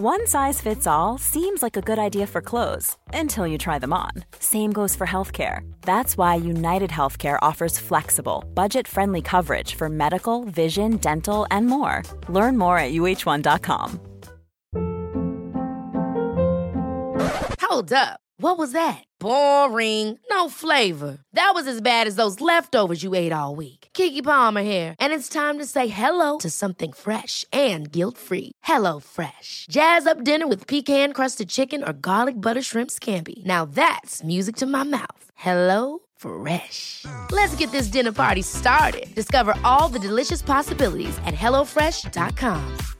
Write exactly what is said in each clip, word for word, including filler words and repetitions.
One size fits all seems like a good idea for clothes until you try them on. Same goes for healthcare. That's why United Healthcare offers flexible, budget-friendly coverage for medical, vision, dental, and more. Learn more at U H one dot com. Hold up. What was that? Boring. No flavor. That was as bad as those leftovers you ate all week. Keke Palmer here, and it's time to say hello to something fresh and guilt-free. Hello Fresh. Jazz up dinner with pecan-crusted chicken or garlic butter shrimp scampi. Now that's music to my mouth. Hello Fresh. Let's get this dinner party started. Discover all the delicious possibilities at hello fresh dot com.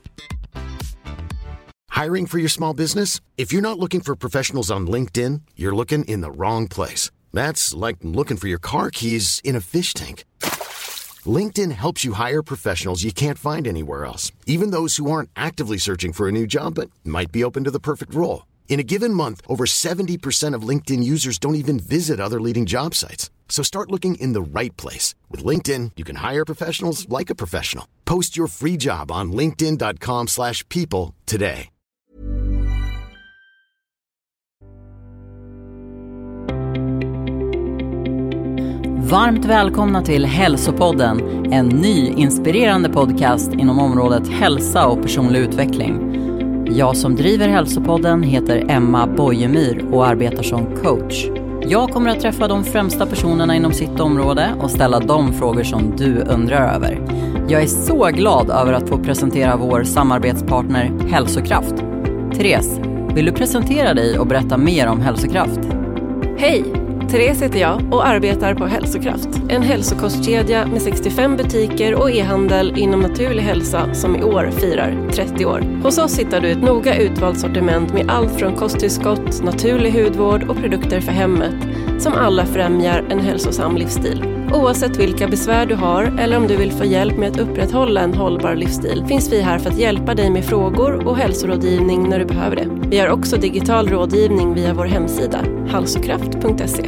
Hiring for your small business? If you're not looking for professionals on LinkedIn, you're looking in the wrong place. That's like looking for your car keys in a fish tank. LinkedIn helps you hire professionals you can't find anywhere else, even those who aren't actively searching for a new job but might be open to the perfect role. In a given month, over seventy percent of LinkedIn users don't even visit other leading job sites. So start looking in the right place. With LinkedIn, you can hire professionals like a professional. Post your free job on linkedin dot com slash people today. Varmt välkomna till Hälsopodden, en ny inspirerande podcast inom området hälsa och personlig utveckling. Jag som driver Hälsopodden heter Emma Bojemyr och arbetar som coach. Jag kommer att träffa de främsta personerna inom sitt område och ställa de frågor som du undrar över. Jag är så glad över att få presentera vår samarbetspartner Hälsokraft. Therese, vill du presentera dig och berätta mer om Hälsokraft? Hej! Therese heter jag och arbetar på Hälsokraft. En hälsokostkedja med sextiofem butiker och e-handel inom naturlig hälsa som i år firar trettio år. Hos oss hittar du ett noga utvalt sortiment med allt från kosttillskott, naturlig hudvård och produkter för hemmet som alla främjar en hälsosam livsstil. Oavsett vilka besvär du har eller om du vill få hjälp med att upprätthålla en hållbar livsstil finns vi här för att hjälpa dig med frågor och hälsorådgivning när du behöver det. Vi har också digital rådgivning via vår hemsida hälsokraft punkt se.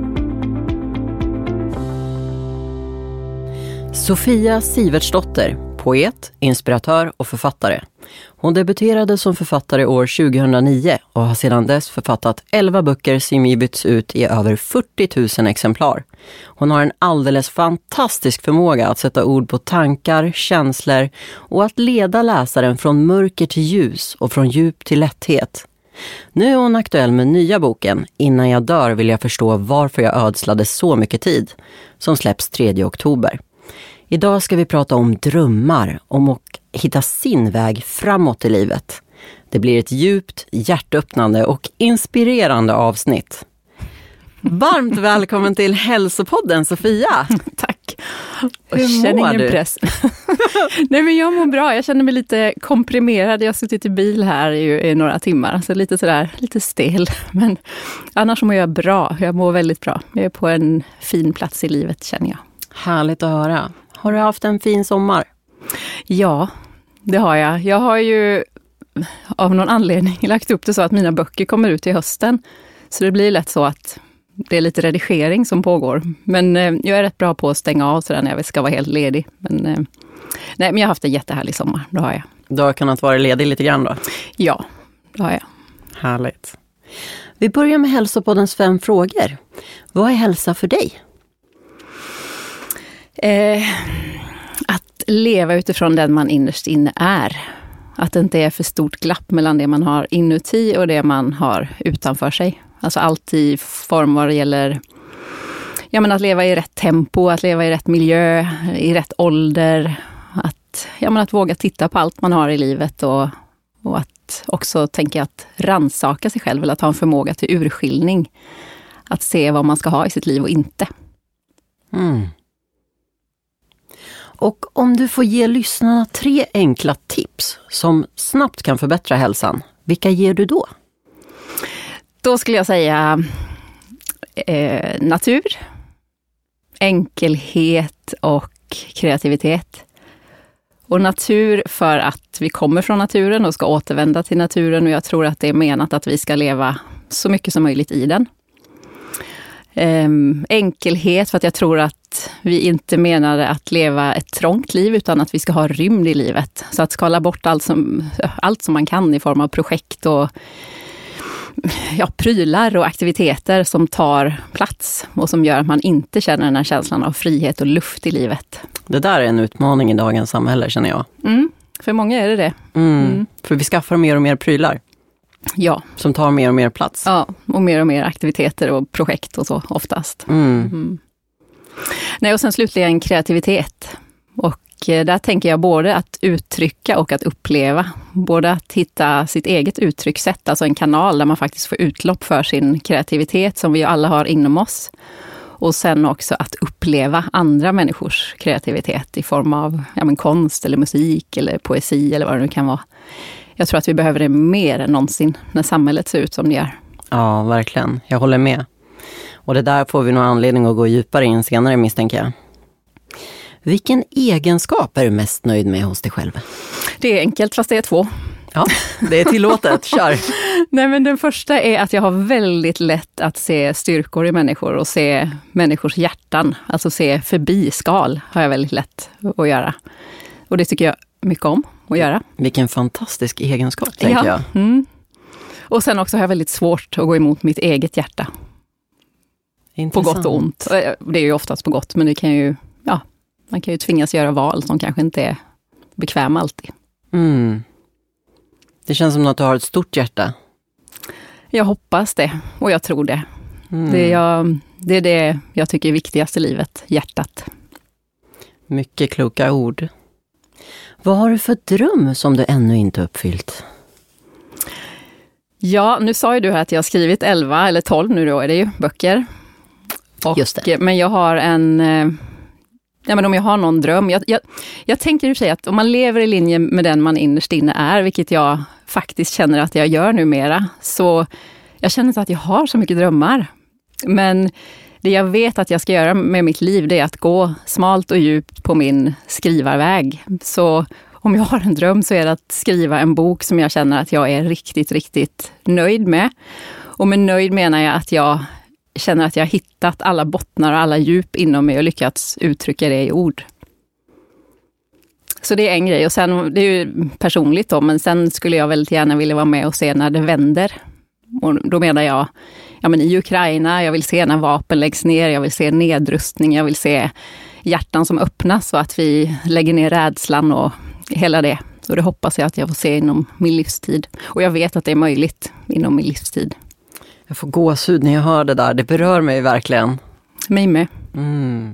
Sofia Sivertsdotter, poet, inspiratör och författare. Hon debuterade som författare år tjugohundranio och har sedan dess författat elva böcker som givits ut i över fyrtio tusen exemplar. Hon har en alldeles fantastisk förmåga att sätta ord på tankar, känslor och att leda läsaren från mörker till ljus och från djup till lätthet. Nu är hon aktuell med nya boken Innan jag dör vill jag förstå varför jag ödslade så mycket tid, som släpps tredje oktober. Idag ska vi prata om drömmar, om att hitta sin väg framåt i livet. Det blir ett djupt, hjärtöppnande och inspirerande avsnitt. Varmt välkommen till Hälsopodden, Sofia. Tack. Hur jag känner mår ingen du? press. Nej, men jag mår bra. Jag känner mig lite komprimerad. Jag har suttit i bil här i, i några timmar. Så lite sådär, lite stel. Men annars mår jag bra. Jag mår väldigt bra. Jag är på en fin plats i livet, känner jag. Härligt att höra. Har du haft en fin sommar? Ja, det har jag. Jag har ju av någon anledning lagt upp det så att mina böcker kommer ut i hösten. Så det blir lätt så att det är lite redigering som pågår. Men eh, jag är rätt bra på att stänga av sådär när jag ska vara helt ledig. Men, eh, nej, men jag har haft en jättehärlig sommar, det har jag. Du har kunnat vara ledig lite grann då? Ja, det har jag. Härligt. Vi börjar med Hälsopoddens fem frågor. Vad är hälsa för dig? Eh, att leva utifrån den man innerst inne är. Att det inte är för stort glapp mellan det man har inuti och det man har utanför sig. Alltså allt i form vad det gäller ja, men att leva i rätt tempo, att leva i rätt miljö, i rätt ålder. Att, ja, men att våga titta på allt man har i livet och, och att också tänka att rannsaka sig själv eller att ha en förmåga till urskiljning. Att se vad man ska ha i sitt liv och inte. Mm. Och om du får ge lyssnarna tre enkla tips som snabbt kan förbättra hälsan, vilka ger du då? Då skulle jag säga eh, natur, enkelhet och kreativitet. Och natur för att vi kommer från naturen och ska återvända till naturen och jag tror att det är menat att vi ska leva så mycket som möjligt i den. eh, enkelhet, för att jag tror att vi inte menade att leva ett trångt liv utan att vi ska ha rymd i livet. Så att skala bort allt som, allt som man kan i form av projekt och ja, prylar och aktiviteter som tar plats och som gör att man inte känner den här känslan av frihet och luft i livet. Det där är en utmaning i dagens samhälle, känner jag. Mm, för många är det det. Mm, mm. För vi skaffar mer och mer prylar. Ja. Som tar mer och mer plats. Ja, och mer och mer aktiviteter och projekt och så oftast. Mm. Mm. Nej, och sen slutligen kreativitet. Och där tänker jag både att uttrycka och att uppleva. Både att hitta sitt eget uttryckssätt, alltså en kanal där man faktiskt får utlopp för sin kreativitet som vi alla har inom oss. Och sen också att uppleva andra människors kreativitet i form av ja, men konst eller musik eller poesi eller vad det nu kan vara. Jag tror att vi behöver det mer än någonsin när samhället ser ut som det gör. Ja, verkligen. Jag håller med. Och det där får vi nog anledning att gå djupare in senare, misstänker jag. Vilken egenskap är du mest nöjd med hos dig själv? Det är enkelt, fast det är två. Ja, det är tillåtet. Kör! Nej, men den första är att jag har väldigt lätt att se styrkor i människor och se människors hjärtan. Alltså se förbi skal har jag väldigt lätt att göra. Och det tycker jag mycket om att göra. Vilken fantastisk egenskap, tänker ja. jag. Mm. Och sen också har jag väldigt svårt att gå emot mitt eget hjärta. Intressant. På gott och ont. Det är ju oftast på gott, men det kan ju, ja, man kan ju tvingas göra val som kanske inte är bekväma alltid. Mm. Det känns som att du har ett stort hjärta. Jag hoppas det, och jag tror det. Mm. Det, är jag, det är det jag tycker är viktigast i livet, hjärtat. Mycket kloka ord. Vad har du för dröm som du ännu inte uppfyllt? Ja, nu sa ju du här att jag har skrivit elva eller tolv, nu då är det ju böcker. Och, Just det. Men jag har en... Ja, men om jag har någon dröm. Jag, jag, jag tänker ju säga att om man lever i linje med den man innerst inne är, vilket jag faktiskt känner att jag gör numera, så jag känner inte att jag har så mycket drömmar. Men det jag vet att jag ska göra med mitt liv, det är att gå smalt och djupt på min skrivarväg. Så om jag har en dröm så är det att skriva en bok som jag känner att jag är riktigt, riktigt nöjd med. Och med nöjd menar jag att jag känner att jag har hittat alla bottnar och alla djup inom mig och lyckats uttrycka det i ord. Så det är en grej. Och sen, det är ju personligt då, men sen skulle jag väldigt gärna vilja vara med och se när det vänder. Och då menar jag, ja men i Ukraina, jag vill se när vapen läggs ner, jag vill se nedrustning, jag vill se hjärtan som öppnas så att vi lägger ner rädslan och hela det. Och det hoppas jag att jag får se inom min livstid. Och jag vet att det är möjligt inom min livstid. Jag får gåshud när jag hör det där. Det berör mig verkligen. Mig med. Mm.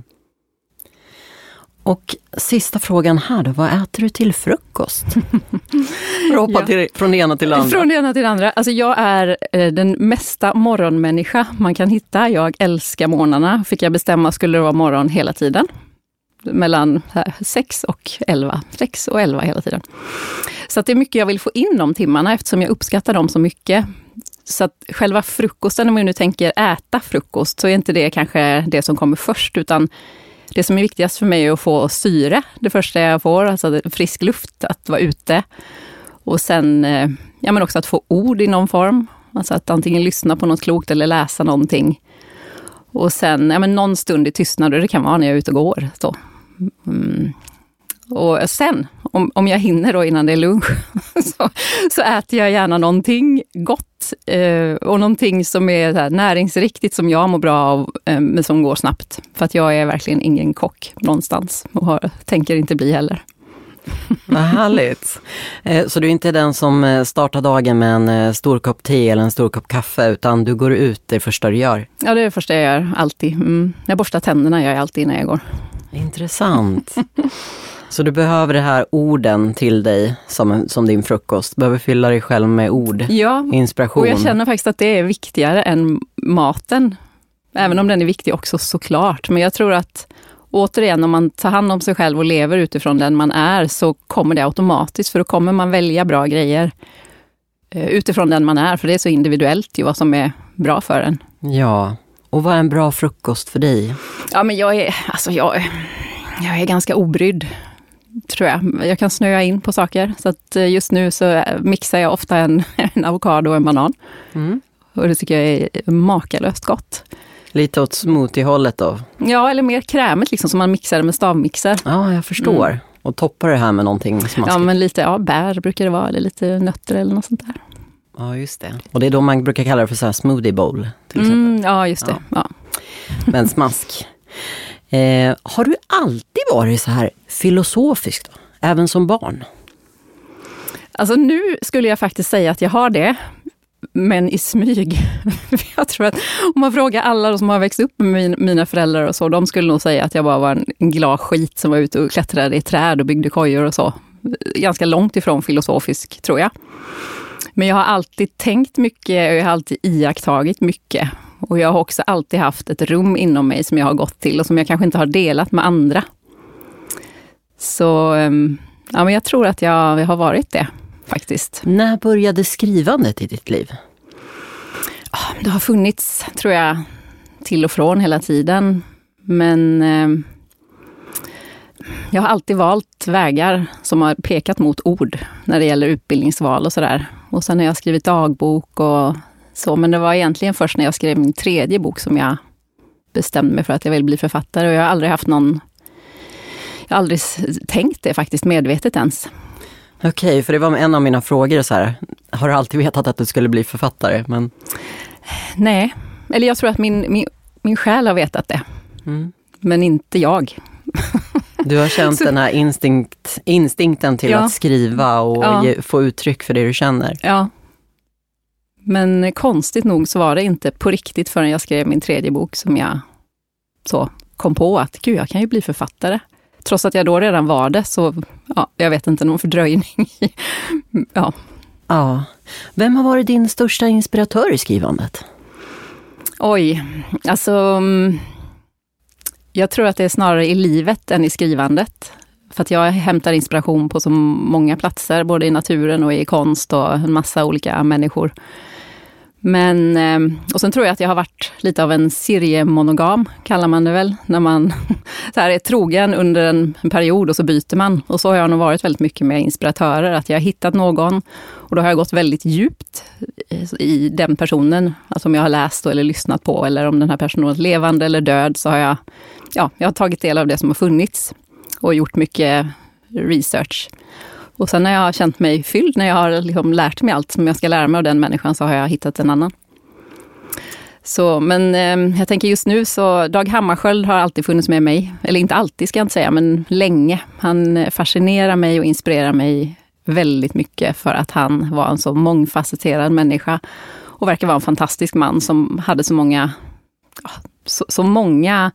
Och sista frågan här då. Vad äter du till frukost? För hoppa ja. till, från det ena till det andra. Från det ena till det andra. Alltså jag är eh, den mesta morgonmänniska man kan hitta. Jag älskar morgnarna. Fick jag bestämma skulle det vara morgon hela tiden. Mellan här, sex och elva. sex och elva hela tiden. Så att det är mycket jag vill få in de timmarna eftersom jag uppskattar dem så mycket. Så att själva frukosten, om jag nu tänker äta frukost, så är inte det kanske det som kommer först, utan det som är viktigast för mig är att få syre, det första jag får, alltså frisk luft, att vara ute. Och sen ja, men också att få ord i någon form, alltså att antingen lyssna på något klokt eller läsa någonting. Och sen ja, men någon stund i tystnad, och det kan vara när jag är ute och går. Så. Mm. Och sen, om, om jag hinner då innan det är lunch, så, så äter jag gärna någonting gott eh, och någonting som är så här näringsriktigt som jag mår bra av, eh, men som går snabbt. För att jag är verkligen ingen kock någonstans och har, tänker inte bli heller. Vad härligt. Eh, så du är inte den som startar dagen med en eh, stor kopp te eller en stor kopp kaffe, utan du går ut det första du gör? Ja, det är det första jag gör, alltid. Mm. Jag borstar tänderna gör jag alltid när jag går. Intressant. Så du behöver det här orden till dig som, som din frukost. Behöver fylla dig själv med ord, ja, inspiration. Och jag känner faktiskt att det är viktigare än maten. Även om den är viktig också såklart. Men jag tror att återigen, om man tar hand om sig själv och lever utifrån den man är, så kommer det automatiskt. För då kommer man välja bra grejer utifrån den man är. För det är så individuellt ju vad som är bra för en. Ja, och vad är en bra frukost för dig? Ja, men jag är, alltså jag, jag är ganska obrydd, tror jag. Jag kan snöa in på saker. Så att just nu så mixar jag ofta en, en avokado och en banan. Mm. Och det tycker jag är makalöst gott. Lite åt smoothie-hållet då? Ja, eller mer krämigt liksom, som man mixar med stavmixar. Ja, jag förstår. Mm. Och toppar det här med någonting smaskigt. Ja, men lite ja, bär brukar det vara, eller lite nötter eller något sånt där. Ja, just det. Och det är då man brukar kalla det för så här smoothie bowl, till exempel. Mm, ja, just det. Ja. Ja. Men smask. Eh, har du alltid varit så här filosofisk då? Även som barn? Alltså nu skulle jag faktiskt säga att jag har det. Men i smyg. Jag tror att om man frågar alla som har växt upp med min, mina föräldrar och så, de skulle nog säga att jag bara var en, en glad skit som var ute och klättrade i träd och byggde kojor och så. Ganska långt ifrån filosofisk, tror jag. Men jag har alltid tänkt mycket och jag har alltid iakttagit mycket. Och jag har också alltid haft ett rum inom mig som jag har gått till och som jag kanske inte har delat med andra. Så ja, men jag tror att jag, jag har varit det. Faktiskt. När började skrivandet i ditt liv? Det har funnits, tror jag, till och från hela tiden. Men eh, jag har alltid valt vägar som har pekat mot ord när det gäller utbildningsval och sådär. Och sen har jag skrivit dagbok och så. Men det var egentligen först när jag skrev min tredje bok som jag bestämde mig för att jag vill bli författare. Och jag har aldrig haft någon... Jag har aldrig tänkt det faktiskt medvetet ens. Okej, okay, för det var en av mina frågor så här. Har du alltid vetat att du skulle bli författare? Men... Nej, eller jag tror att min, min, min själ har vetat det. Mm. Men inte jag. Du har känt så... den här instinkt, instinkten till ja. att skriva och ja. ge, få uttryck för det du känner. Ja. Men konstigt nog så var det inte på riktigt förrän jag skrev min tredje bok som jag så kom på att gud, jag kan ju bli författare. Trots att jag då redan var det, så ja, jag vet inte, någon fördröjning. ja. ja. Vem har varit din största inspiratör i skrivandet? Oj, alltså jag tror att det är snarare i livet än i skrivandet. För att jag hämtar inspiration på så många platser, både i naturen och i konst och en massa olika människor. Men, och sen tror jag att jag har varit lite av en seriemonogam, kallar man det väl. När man så här är trogen under en, en period och så byter man. Och så har jag nog varit väldigt mycket med inspiratörer. Att jag har hittat någon och då har jag gått väldigt djupt i den personen. Alltså om jag har läst eller lyssnat på eller om den här personen är levande eller död, så har jag, ja, jag har tagit del av det som har funnits och gjort mycket research. Och sen när jag har känt mig fylld, när jag har liksom lärt mig allt som jag ska lära mig av den människan, så har jag hittat en annan. Så, men eh, jag tänker just nu så Dag Hammarskjöld har alltid funnits med mig. Eller inte alltid ska jag inte säga, men länge. Han fascinerar mig och inspirerar mig väldigt mycket för att han var en så mångfacetterad människa. Och verkar vara en fantastisk man som hade så många, så, så många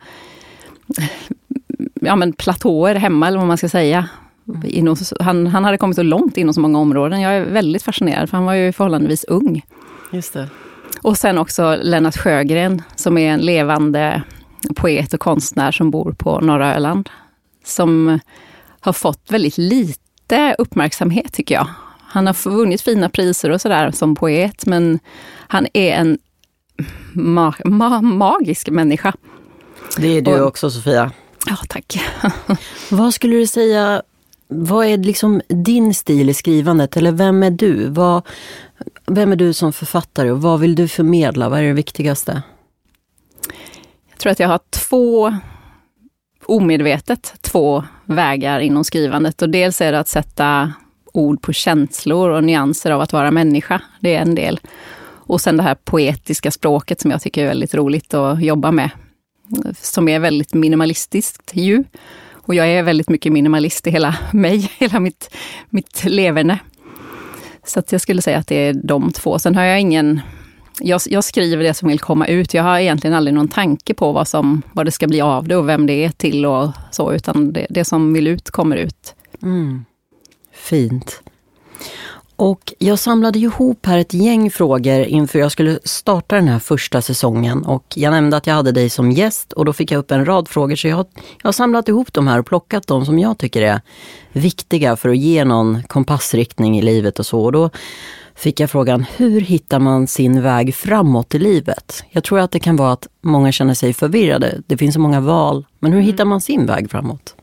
ja, men platåer hemma, eller vad man ska säga. Inom, han, han hade kommit så långt inom så många områden. Jag är väldigt fascinerad, för han var ju förhållandevis ung. Just det. Och sen också Lennart Sjögren, som är en levande poet och konstnär som bor på norra Öland. Som har fått väldigt lite uppmärksamhet, tycker jag. Han har vunnit fina priser och sådär som poet, men han är en ma- ma- magisk människa. Det är du och, också, Sofia. Ja, tack. Vad skulle du säga, vad är liksom din stil i skrivandet? Eller vem är du? Vad, vem är du som författare och vad vill du förmedla? Vad är det viktigaste? Jag tror att jag har två, omedvetet, två vägar inom skrivandet. Och dels är det att sätta ord på känslor och nyanser av att vara människa. Det är en del. Och sen det här poetiska språket som jag tycker är väldigt roligt att jobba med. Som är väldigt minimalistiskt ju. Och jag är väldigt mycket minimalist i hela mig, hela mitt, mitt leverne. Så att jag skulle säga att det är de två. Sen har jag ingen... Jag, jag skriver det som vill komma ut. Jag har egentligen aldrig någon tanke på vad, som, vad det ska bli av det och vem det är till och så. Utan det, det som vill ut kommer ut. Mm. Fint. Och jag samlade ihop här ett gäng frågor inför jag skulle starta den här första säsongen. Och jag nämnde att jag hade dig som gäst och då fick jag upp en rad frågor. Så jag har, jag har samlat ihop de här och plockat dem som jag tycker är viktiga för att ge någon kompassriktning i livet och så. Och då fick jag frågan, hur hittar man sin väg framåt i livet? Jag tror att det kan vara att många känner sig förvirrade. Det finns så många val. Men hur mm. hittar man sin väg framåt?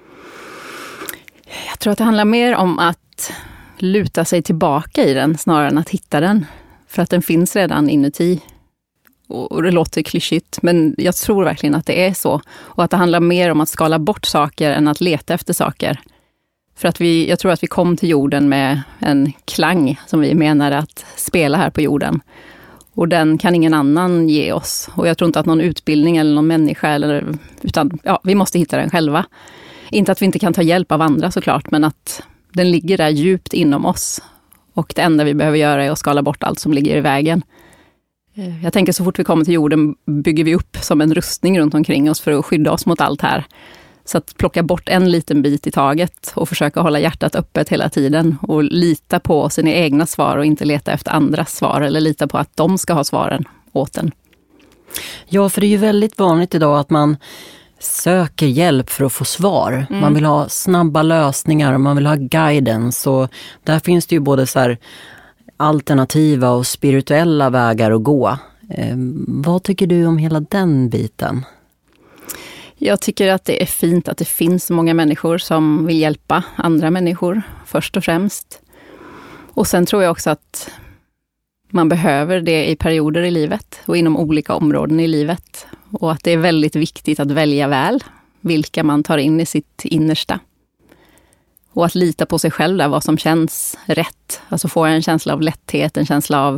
Jag tror att det handlar mer om att luta sig tillbaka i den snarare än att hitta den. För att den finns redan inuti. Och det låter klyschigt, men jag tror verkligen att det är så. Och att det handlar mer om att skala bort saker än att leta efter saker. För att vi, jag tror att vi kom till jorden med en klang som vi menar att spela här på jorden. Och den kan ingen annan ge oss. Och jag tror inte att någon utbildning eller någon människa, eller, utan ja, vi måste hitta den själva. Inte att vi inte kan ta hjälp av andra såklart, men att den ligger där djupt inom oss. Och det enda vi behöver göra är att skala bort allt som ligger i vägen. Jag tänker så fort vi kommer till jorden bygger vi upp som en rustning runt omkring oss för att skydda oss mot allt här. Så att plocka bort en liten bit i taget och försöka hålla hjärtat öppet hela tiden. Och lita på sina egna svar och inte leta efter andras svar. Eller lita på att de ska ha svaren åt en. Ja, för det är ju väldigt vanligt idag att man söker hjälp för att få svar. Mm. Man vill ha snabba lösningar och man vill ha guidance. Och där finns det ju både så här alternativa och spirituella vägar att gå. Eh, vad tycker du om hela den biten? Jag tycker att det är fint att det finns många människor som vill hjälpa andra människor först och främst. Och sen tror jag också att man behöver det i perioder i livet och inom olika områden i livet. Och att det är väldigt viktigt att välja väl vilka man tar in i sitt innersta. Och att lita på sig själv där, vad som känns rätt. Alltså få en känsla av lätthet, en känsla av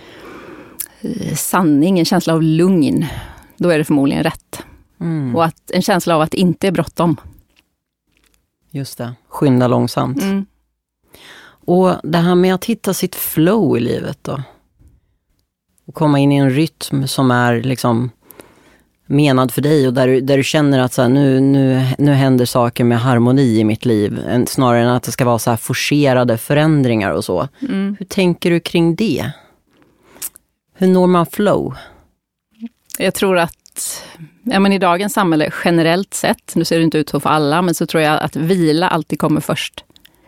eh, sanning, en känsla av lugn. Då är det förmodligen rätt. Mm. Och att, en känsla av att det inte är bråttom. Just det, skynda långsamt. Mm. Och det här med att hitta sitt flow i livet då. Och komma in i en rytm som är liksom menad för dig och där du, där du känner att så här, nu, nu, nu händer saker med harmoni i mitt liv. En, snarare än att det ska vara så här forcerade förändringar och så. Mm. Hur tänker du kring det? Hur når man flow? Jag tror att ja, men i dagens samhälle generellt sett, nu ser det inte ut så för alla, men så tror jag att vila alltid kommer först.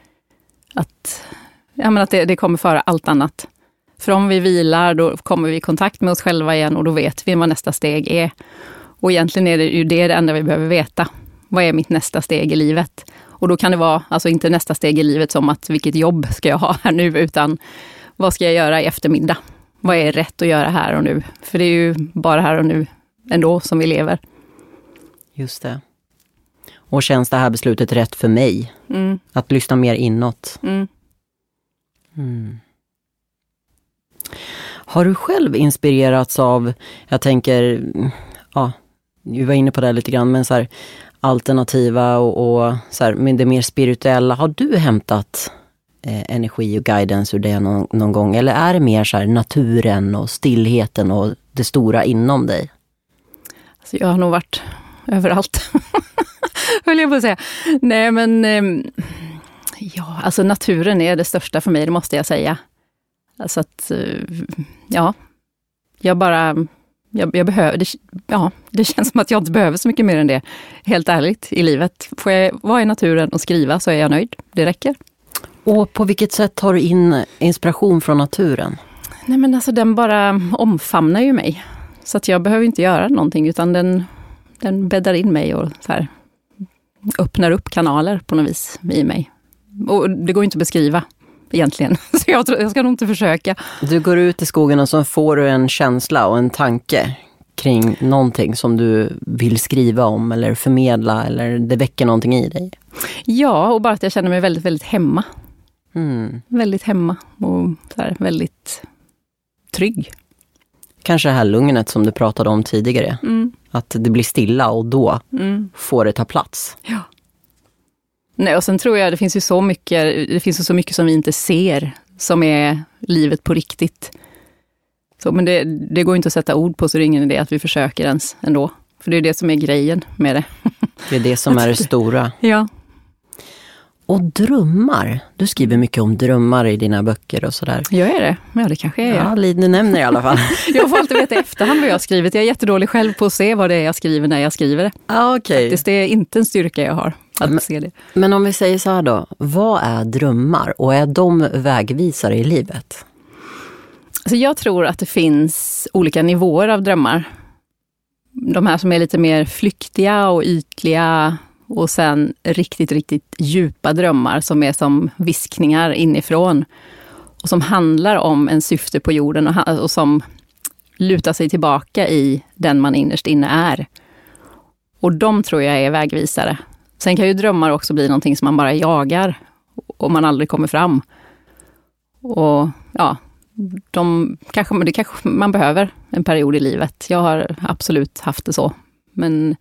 Att, ja, men att det, det kommer före allt annat. För om vi vilar, då kommer vi i kontakt med oss själva igen och då vet vi vad nästa steg är. Och egentligen är det ju det, det enda vi behöver veta. Vad är mitt nästa steg i livet? Och då kan det vara, alltså inte nästa steg i livet som att vilket jobb ska jag ha här nu, utan vad ska jag göra i eftermiddag? Vad är rätt att göra här och nu? För det är ju bara här och nu ändå som vi lever. Just det. Och känns det här beslutet rätt för mig? Mm. Att lyssna mer inåt. Mm. Mm. Har du själv inspirerats av, jag tänker, ja, vi var inne på det lite grann, men så här alternativa och, och så här, men det mer spirituella. Har du hämtat eh, energi och guidance ur det någon, någon gång? Eller är det mer så här naturen och stillheten och det stora inom dig? Alltså jag har nog varit överallt, höll jag på att säga. Nej, men eh, ja, alltså naturen är det största för mig, det måste jag säga. Alltså att, ja, jag bara, jag, jag behöver, det, ja, det känns som att jag inte behöver så mycket mer än det, helt ärligt, i livet. Får jag vara i naturen och skriva så är jag nöjd, det räcker. Och på vilket sätt tar du in inspiration från naturen? Nej men alltså den bara omfamnar ju mig, så att jag behöver inte göra någonting, utan den, den bäddar in mig och så här, öppnar upp kanaler på något vis i mig. Och det går inte att beskriva. Egentligen. Så jag, tror, jag ska nog inte försöka. Du går ut i skogen och så får du en känsla och en tanke kring någonting som du vill skriva om eller förmedla, eller det väcker någonting i dig. Ja, och bara att jag känner mig väldigt, väldigt hemma. Mm. Väldigt hemma och så här, väldigt trygg. Kanske det här lugnet som du pratade om tidigare. Mm. Att det blir stilla och då mm. får det ta plats. Ja. Nej, och sen tror jag det finns ju så mycket, det finns ju så mycket som vi inte ser som är livet på riktigt. Så, men det, det går inte att sätta ord på, så det är ingen idé att vi försöker ens ändå. För det är det som är grejen med det. Det är det som är det stora. Ja. Och drömmar. Du skriver mycket om drömmar i dina böcker och sådär. Jag är det. Ja, det kanske är jag. Ja, du nämner i alla fall. Jag får alltid veta i efterhand vad jag har skrivit. Jag är jättedålig själv på att se vad det är jag skriver när jag skriver det. Ah, okej. Faktiskt, det är inte en styrka jag har att men, se det. Men om vi säger så här då. Vad är drömmar? Och är de vägvisare i livet? Alltså jag tror att det finns olika nivåer av drömmar. De här som är lite mer flyktiga och ytliga. Och sen riktigt, riktigt djupa drömmar som är som viskningar inifrån. Och som handlar om en syfte på jorden och, och som luta sig tillbaka i den man innerst inne är. Och de tror jag är vägvisare. Sen kan ju drömmar också bli någonting som man bara jagar och man aldrig kommer fram. Och ja, de, kanske, det kanske man behöver en period i livet. Jag har absolut haft det så. Men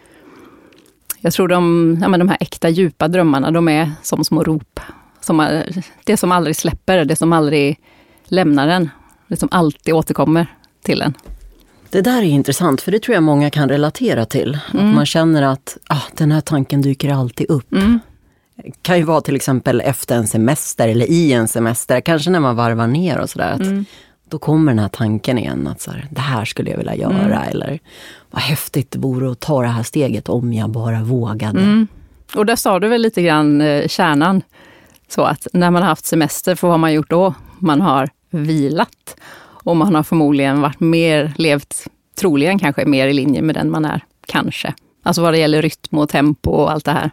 jag tror de, ja, men de här äkta djupa drömmarna, de är som små rop. Som, det som aldrig släpper, det som aldrig lämnar en. Det som alltid återkommer till en. Det där är intressant, för det tror jag många kan relatera till. Mm. Att man känner att ah, den här tanken dyker alltid upp. Mm. Kan ju vara till exempel efter en semester eller i en semester. Kanske när man varvar ner och sådär. Mm. Då kommer den här tanken igen att så här, det här skulle jag vilja göra. Mm. Eller vad häftigt det vore att ta det här steget om jag bara vågade. Mm. Och där sa du väl lite grann eh, kärnan. Så att när man har haft semester, för vad har man gjort då? Man har vilat. Och man har förmodligen varit mer, levt troligen kanske mer i linje med den man är. Kanske. Alltså vad det gäller rytm och tempo och allt det här.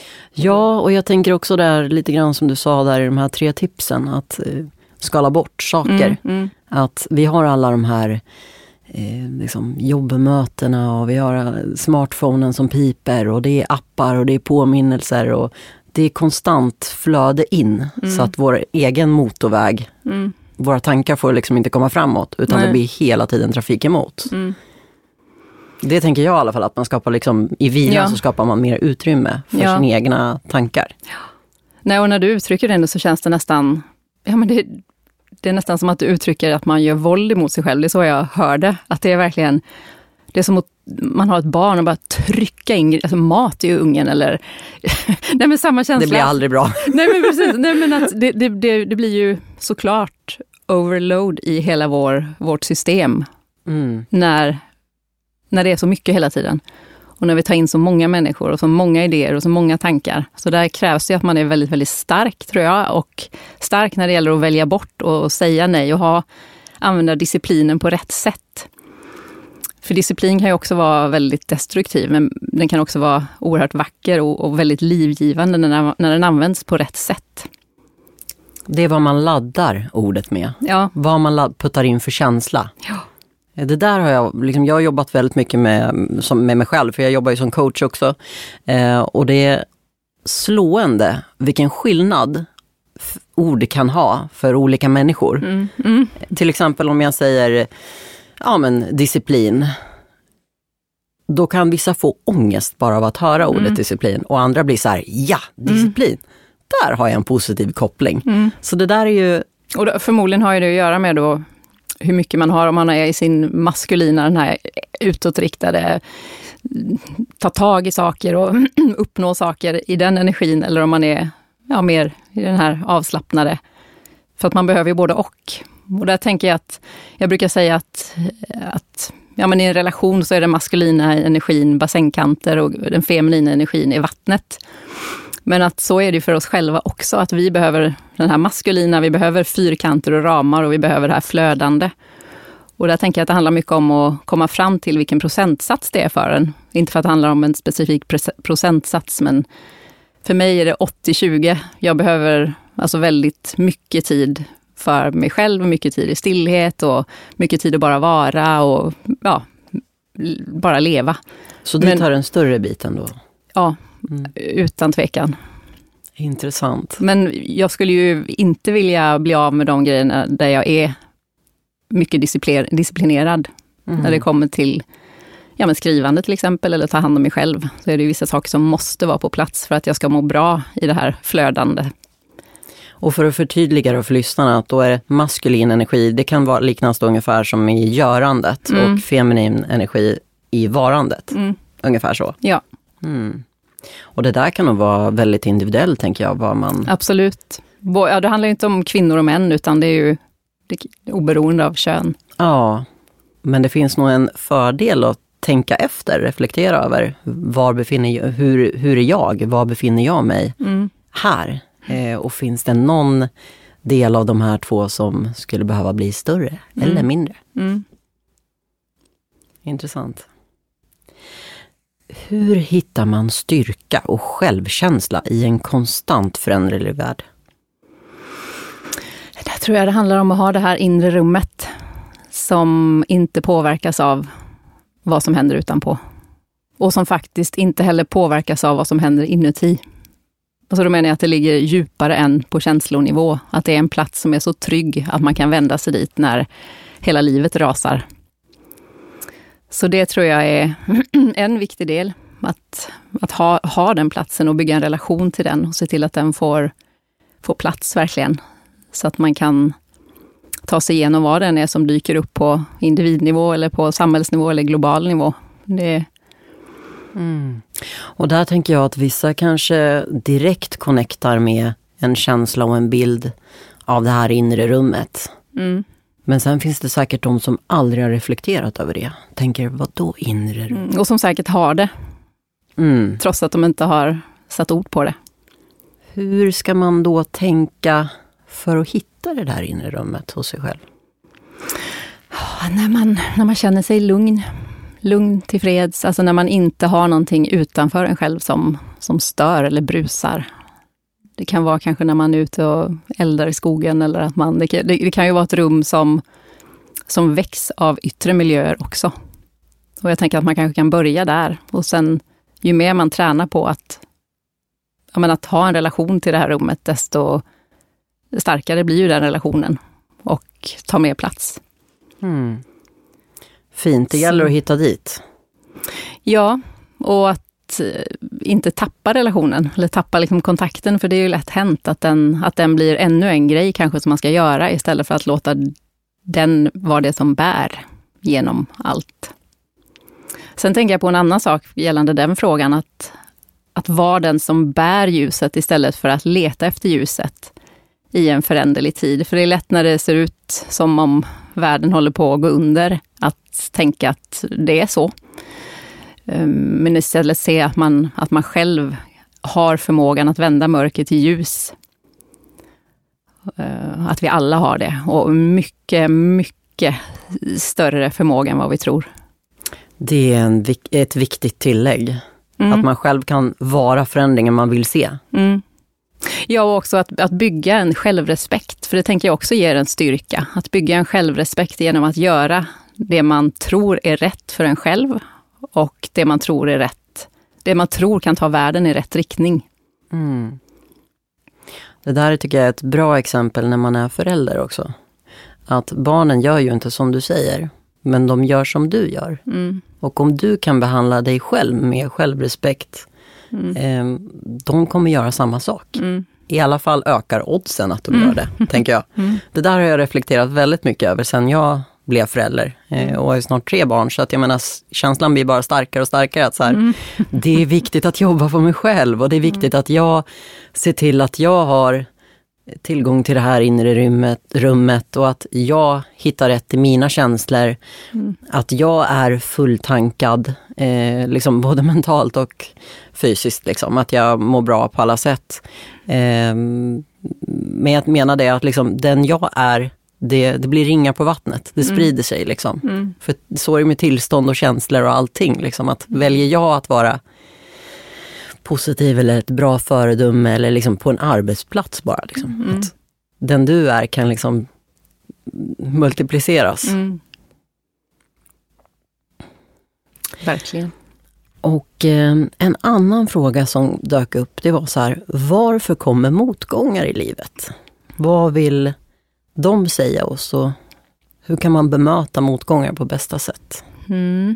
Ja, och jag tänker också där lite grann som du sa där i de här tre tipsen. Att eh, skala bort saker. Mm, mm. Att vi har alla de här eh, liksom jobbmötena och vi har smartphonen som piper och det är appar och det är påminnelser och det är konstant flöde in. Mm. Så att vår egen motorväg, Mm. våra tankar får liksom inte komma framåt utan Nej. det blir hela tiden trafik emot. Mm. Det tänker jag i alla fall, att man skapar liksom, i vilan Ja. så skapar man mer utrymme för Ja. sina egna tankar. Nej, och när du uttrycker det så känns det nästan, ja men det, det är nästan som att du uttrycker att man gör våld emot sig själv. Det är så jag hörde. Att det är verkligen, det är som att man har ett barn och bara trycka in alltså mat i ungen eller, nej men samma känsla. Det blir aldrig bra. Nej men precis, nej men att det, det, det, det blir ju såklart overload i hela vår, vårt system. Mm. När, när det är så mycket hela tiden. Och när vi tar in så många människor och så många idéer och så många tankar. Så där krävs det att man är väldigt, väldigt stark tror jag. Och stark när det gäller att välja bort och säga nej och ha, använda disciplinen på rätt sätt. För disciplin kan ju också vara väldigt destruktiv, men den kan också vara oerhört vacker och, och väldigt livgivande när, när den används på rätt sätt. Det är vad man laddar ordet med. Ja. Vad man ladd, puttar in för känsla. Ja. Det där har jag, liksom, jag har jobbat väldigt mycket med, som, med mig själv, för jag jobbar ju som coach också. Eh, och det är slående vilken skillnad f- ord kan ha för olika människor. Mm. Mm. Till exempel om jag säger ja, men disciplin. Då kan vissa få ångest bara av att höra ordet Mm. disciplin. Och andra blir så här, ja, disciplin. Mm. Där har jag en positiv koppling. Mm. Så det där är ju... Och då, förmodligen har ju det att göra med då hur mycket man har, om man är i sin maskulina, den här utåtriktade, ta tag i saker och uppnå saker i den energin, eller om man är ja, mer i den här avslappnade. För att man behöver ju både och. Och där tänker jag att, jag brukar säga att, att ja, men i en relation så är den maskulina energin bassängkanter och den feminina energin är vattnet. Men att så är det för oss själva också, att vi behöver den här maskulina, vi behöver fyrkanter och ramar och vi behöver det här flödande. Och där tänker jag att det handlar mycket om att komma fram till vilken procentsats det är för en. Inte för att det handlar om en specifik procentsats, men för mig är det åttio tjugo. Jag behöver alltså väldigt mycket tid för mig själv, mycket tid i stillhet och mycket tid att bara vara och ja, bara leva. Så det tar en större bit ändå? Ja, mm. utan tvekan. Intressant. Men jag skulle ju inte vilja bli av med de grejerna där jag är mycket disciplinerad. Mm. När det kommer till ja, men skrivande till exempel, eller ta hand om mig själv. Så är det ju vissa saker som måste vara på plats för att jag ska må bra i det här flödande. Och för att förtydliga då för lyssnarna, att då är det maskulin energi, det kan vara liknande ungefär som i görandet, mm. och feminin energi i varandet. Mm. Ungefär så. Ja. Mm. Och det där kan nog vara väldigt individuellt, tänker jag. Vad man... Absolut. Ja, det handlar inte om kvinnor och män, utan det är ju det är oberoende av kön. Ja, men det finns nog en fördel att tänka efter, reflektera över var befinner jag, hur, hur är jag, var befinner jag mig mm. här? Eh, och finns det någon del av de här två som skulle behöva bli större mm. eller mindre? Mm. Intressant. Hur hittar man styrka och självkänsla i en konstant föränderlig värld? Där tror jag det handlar om att ha det här inre rummet som inte påverkas av vad som händer utanpå. Och som faktiskt inte heller påverkas av vad som händer inuti. Alltså då menar jag att det ligger djupare än på känslonivå. Att det är en plats som är så trygg att man kan vända sig dit när hela livet rasar. Så det tror jag är en viktig del. Att, att ha, ha den platsen och bygga en relation till den. Och se till att den får, får plats verkligen. Så att man kan ta sig igenom vad den är som dyker upp på individnivå eller på samhällsnivå eller global nivå. Det Mm. Och där tänker jag att vissa kanske direkt connectar med en känsla och en bild av det här inre rummet. Mm. Men sen finns det säkert de som aldrig har reflekterat över det. Tänker, vad då inre rum? Mm. Och som säkert har det. Mm. Trots att de inte har satt ord på det. Hur ska man då tänka för att hitta det där inre rummet hos sig själv? Oh, när, man, när man känner sig lugn. Lugn till freds, alltså när man inte har någonting utanför en själv som, som stör eller brusar. Det kan vara kanske när man är ute och eldar i skogen eller att man, det, det, det kan ju vara ett rum som, som väcks av yttre miljöer också. Och jag tänker att man kanske kan börja där och sen ju mer man tränar på att, jag menar, att ha en relation till det här rummet, desto starkare blir ju den relationen och ta mer plats. Mm. Fint, det gäller att hitta dit. Ja, och att eh, inte tappa relationen, eller tappa liksom kontakten, för det är ju lätt hänt att den, att den blir ännu en grej kanske som man ska göra, istället för att låta den vara det som bär genom allt. Sen tänker jag på en annan sak gällande den frågan, att, att vara den som bär ljuset istället för att leta efter ljuset i en föränderlig tid. För det är lätt när det ser ut som om världen håller på att gå under att tänka att det är så. Men istället se att man, att man själv har förmågan att vända mörker till ljus. Att vi alla har det. Och mycket, mycket större förmåga än vad vi tror. Det är en, ett viktigt tillägg. Mm. Att man själv kan vara förändringen man vill se. Mm. Ja, och också att, att bygga en självrespekt. För det tänker jag också ger en styrka. Att bygga en självrespekt genom att göra det man tror är rätt för en själv. Och det man tror är rätt. Det man tror kan ta världen i rätt riktning. Mm. Det där tycker jag är ett bra exempel när man är förälder också. Att barnen gör ju inte som du säger. Men de gör som du gör. Mm. Och om du kan behandla dig själv med självrespekt. Mm. Eh, de kommer göra samma sak. Mm. I alla fall ökar oddsen att de mm. gör det, tänker jag. Mm. Det där har jag reflekterat väldigt mycket över sen jag blev förälder. Eh, och har snart tre barn, så att jag menar, känslan blir bara starkare och starkare. Att så här, mm. det är viktigt att jobba för mig själv. Och det är viktigt mm. att jag ser till att jag har tillgång till det här inre rummet, rummet och att jag hittar rätt i mina känslor. Mm. Att jag är fulltankad, eh, liksom både mentalt och fysiskt. Liksom, att jag mår bra på alla sätt. Eh, men jag menar det att liksom, den jag är, det, det blir ringar på vattnet. Det sprider mm. sig. Liksom. Mm. För så är det med tillstånd och känslor och allting. Liksom, att mm. väljer jag att vara positiv eller ett bra föredöme eller liksom på en arbetsplats bara. Liksom. Mm. Att den du är kan liksom multipliceras. Mm. Verkligen. Och eh, en annan fråga som dök upp, det var så här: varför kommer motgångar i livet? Vad vill de säga oss och hur kan man bemöta motgångar på bästa sätt? Mm.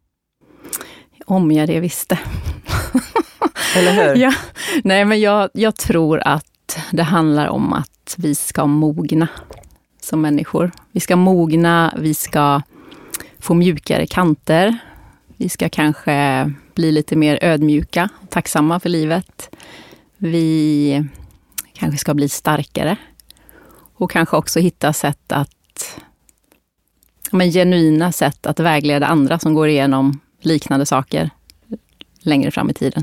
Om jag det visste. Eller hur? Ja. Nej, men jag, jag tror att det handlar om att vi ska mogna som människor. Vi ska mogna, vi ska få mjukare kanter. Vi ska kanske bli lite mer ödmjuka, tacksamma för livet. Vi kanske ska bli starkare. Och kanske också hitta sätt att, men genuina sätt att vägleda andra som går igenom liknande saker längre fram i tiden.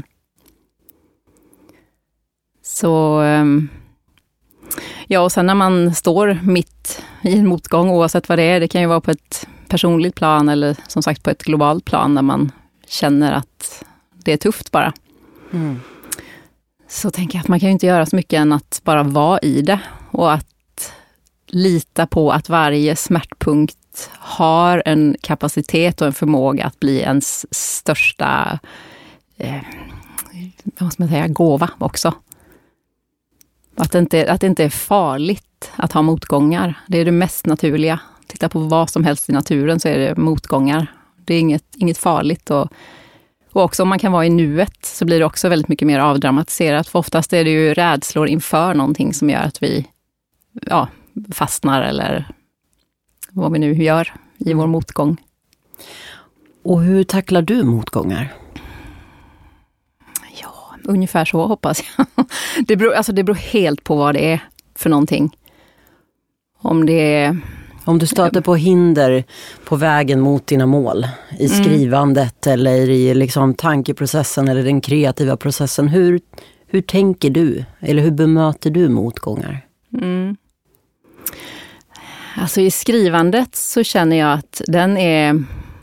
Så ja, och sen när man står mitt i en motgång, oavsett vad det är, det kan ju vara på ett personligt plan eller som sagt på ett globalt plan där man känner att det är tufft bara. Mm. Så tänker jag att man kan ju inte göra så mycket än att bara vara i det och att lita på att varje smärtpunkt har en kapacitet och en förmåga att bli ens största eh, vad ska man säga, gåva också. Att det, inte, att det inte är farligt att ha motgångar. Det är det mest naturliga. Titta på vad som helst i naturen så är det motgångar. Det är inget, inget farligt. Och, och också om man kan vara i nuet så blir det också väldigt mycket mer avdramatiserat. För oftast är det ju rädslor inför någonting som gör att vi ja, fastnar eller vad vi nu gör i vår motgång. Och hur tacklar du motgångar? Ja, ungefär så hoppas jag. Det beror, alltså det beror helt på vad det är för någonting. Om det är... Om du stöter på hinder på vägen mot dina mål i skrivandet mm. eller i liksom tankeprocessen eller den kreativa processen. Hur, hur tänker du? Eller hur bemöter du motgångar? Mm. Alltså i skrivandet så känner jag att den är,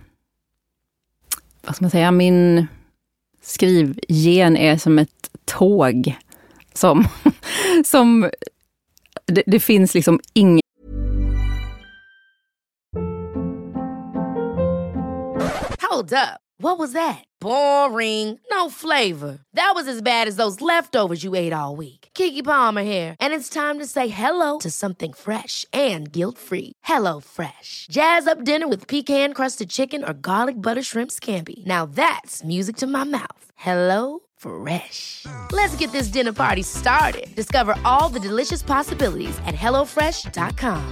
vad ska man säga, min skrivgen är som ett tåg som, som det, det finns liksom ingen. Hold up. What was that? Boring. No flavor. That was as bad as those leftovers you ate all week. Keke Palmer here, and it's time to say hello to something fresh and guilt-free. Hello Fresh. Jazz up dinner with pecan-crusted chicken or garlic butter shrimp scampi. Now that's music to my mouth. Hello Fresh. Let's get this dinner party started. Discover all the delicious possibilities at hello fresh dot com.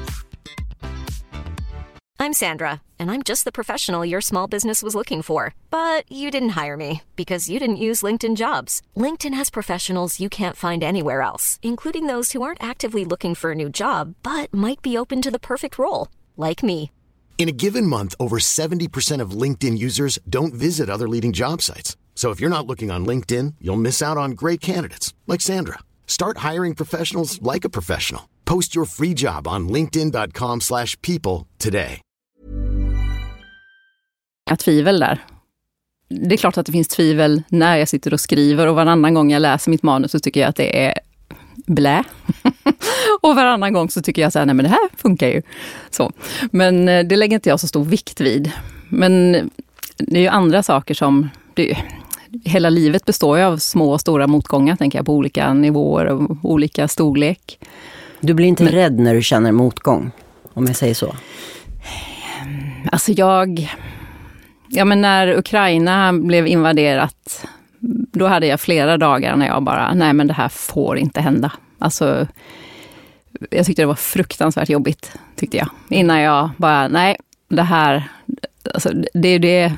I'm Sandra, and I'm just the professional your small business was looking for. But you didn't hire me because you didn't use LinkedIn Jobs. LinkedIn has professionals you can't find anywhere else, including those who aren't actively looking for a new job, but might be open to the perfect role, like me. In a given month, over seventy percent of LinkedIn users don't visit other leading job sites. So if you're not looking on LinkedIn, you'll miss out on great candidates like Sandra. Start hiring professionals like a professional. Post your free job on linkedin dot com slash people today. Tvivel där. Det är klart att det finns tvivel när jag sitter och skriver, och varannan gång jag läser mitt manus så tycker jag att det är blä. Och varannan gång så tycker jag så här, nej men det här funkar ju. Så. Men det lägger inte jag så stor vikt vid. Men det är ju andra saker som... Det, hela livet består ju av små och stora motgångar, tänker jag, på olika nivåer och olika storlek. Du blir inte men, rädd när du känner motgång, om jag säger så? Alltså jag... Ja, men när Ukraina blev invaderat, då hade jag flera dagar när jag bara, nej men det här får inte hända. Alltså, jag tyckte det var fruktansvärt jobbigt, tyckte jag. Innan jag bara, nej, det här, alltså det är det,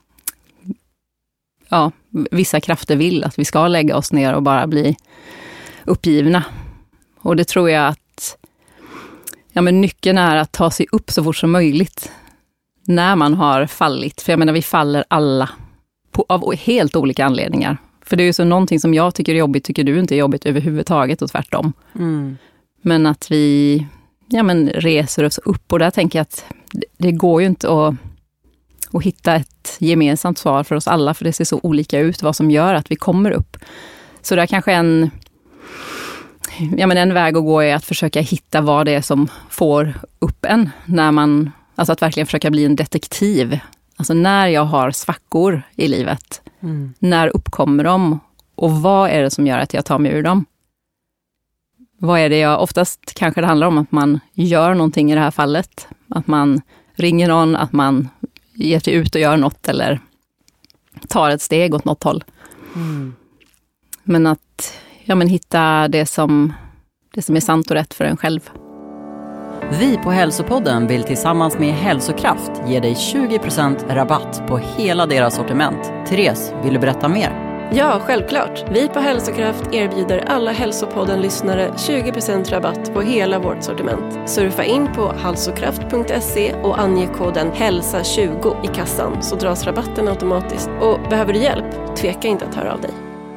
ja, vissa krafter vill att vi ska lägga oss ner och bara bli uppgivna. Och det tror jag att, ja men nyckeln är att ta sig upp så fort som möjligt. När man har fallit. För jag menar, vi faller alla på, av helt olika anledningar. För det är ju så någonting som jag tycker är jobbigt, tycker du inte är jobbigt överhuvudtaget, och tvärtom. Mm. Men att vi ja, men reser oss upp, och där tänker jag att det, det går ju inte att, att hitta ett gemensamt svar för oss alla, för det ser så olika ut vad som gör att vi kommer upp. Så det är kanske en, ja, men en väg att gå är att försöka hitta vad det är som får upp en när man... Alltså att verkligen försöka bli en detektiv. Alltså när jag har svackor i livet. Mm. När uppkommer de? Och vad är det som gör att jag tar mig ur dem? Vad är det jag... Oftast kanske det handlar om att man gör någonting i det här fallet. Att man ringer någon, att man ger sig ut och gör något. Eller tar ett steg åt något håll. Mm. Men att ja, men hitta det som, det som är sant och rätt för en själv. Vi på Hälsopodden vill tillsammans med Hälsokraft ge dig tjugo procent rabatt på hela deras sortiment. Therese, vill du berätta mer? Ja, självklart. Vi på Hälsokraft erbjuder alla Hälsopodden-lyssnare tjugo procent rabatt på hela vårt sortiment. Surfa in på hälsokraft punkt se och ange koden hälsa tjugo i kassan, så dras rabatten automatiskt. Och behöver du hjälp, tveka inte att höra av dig.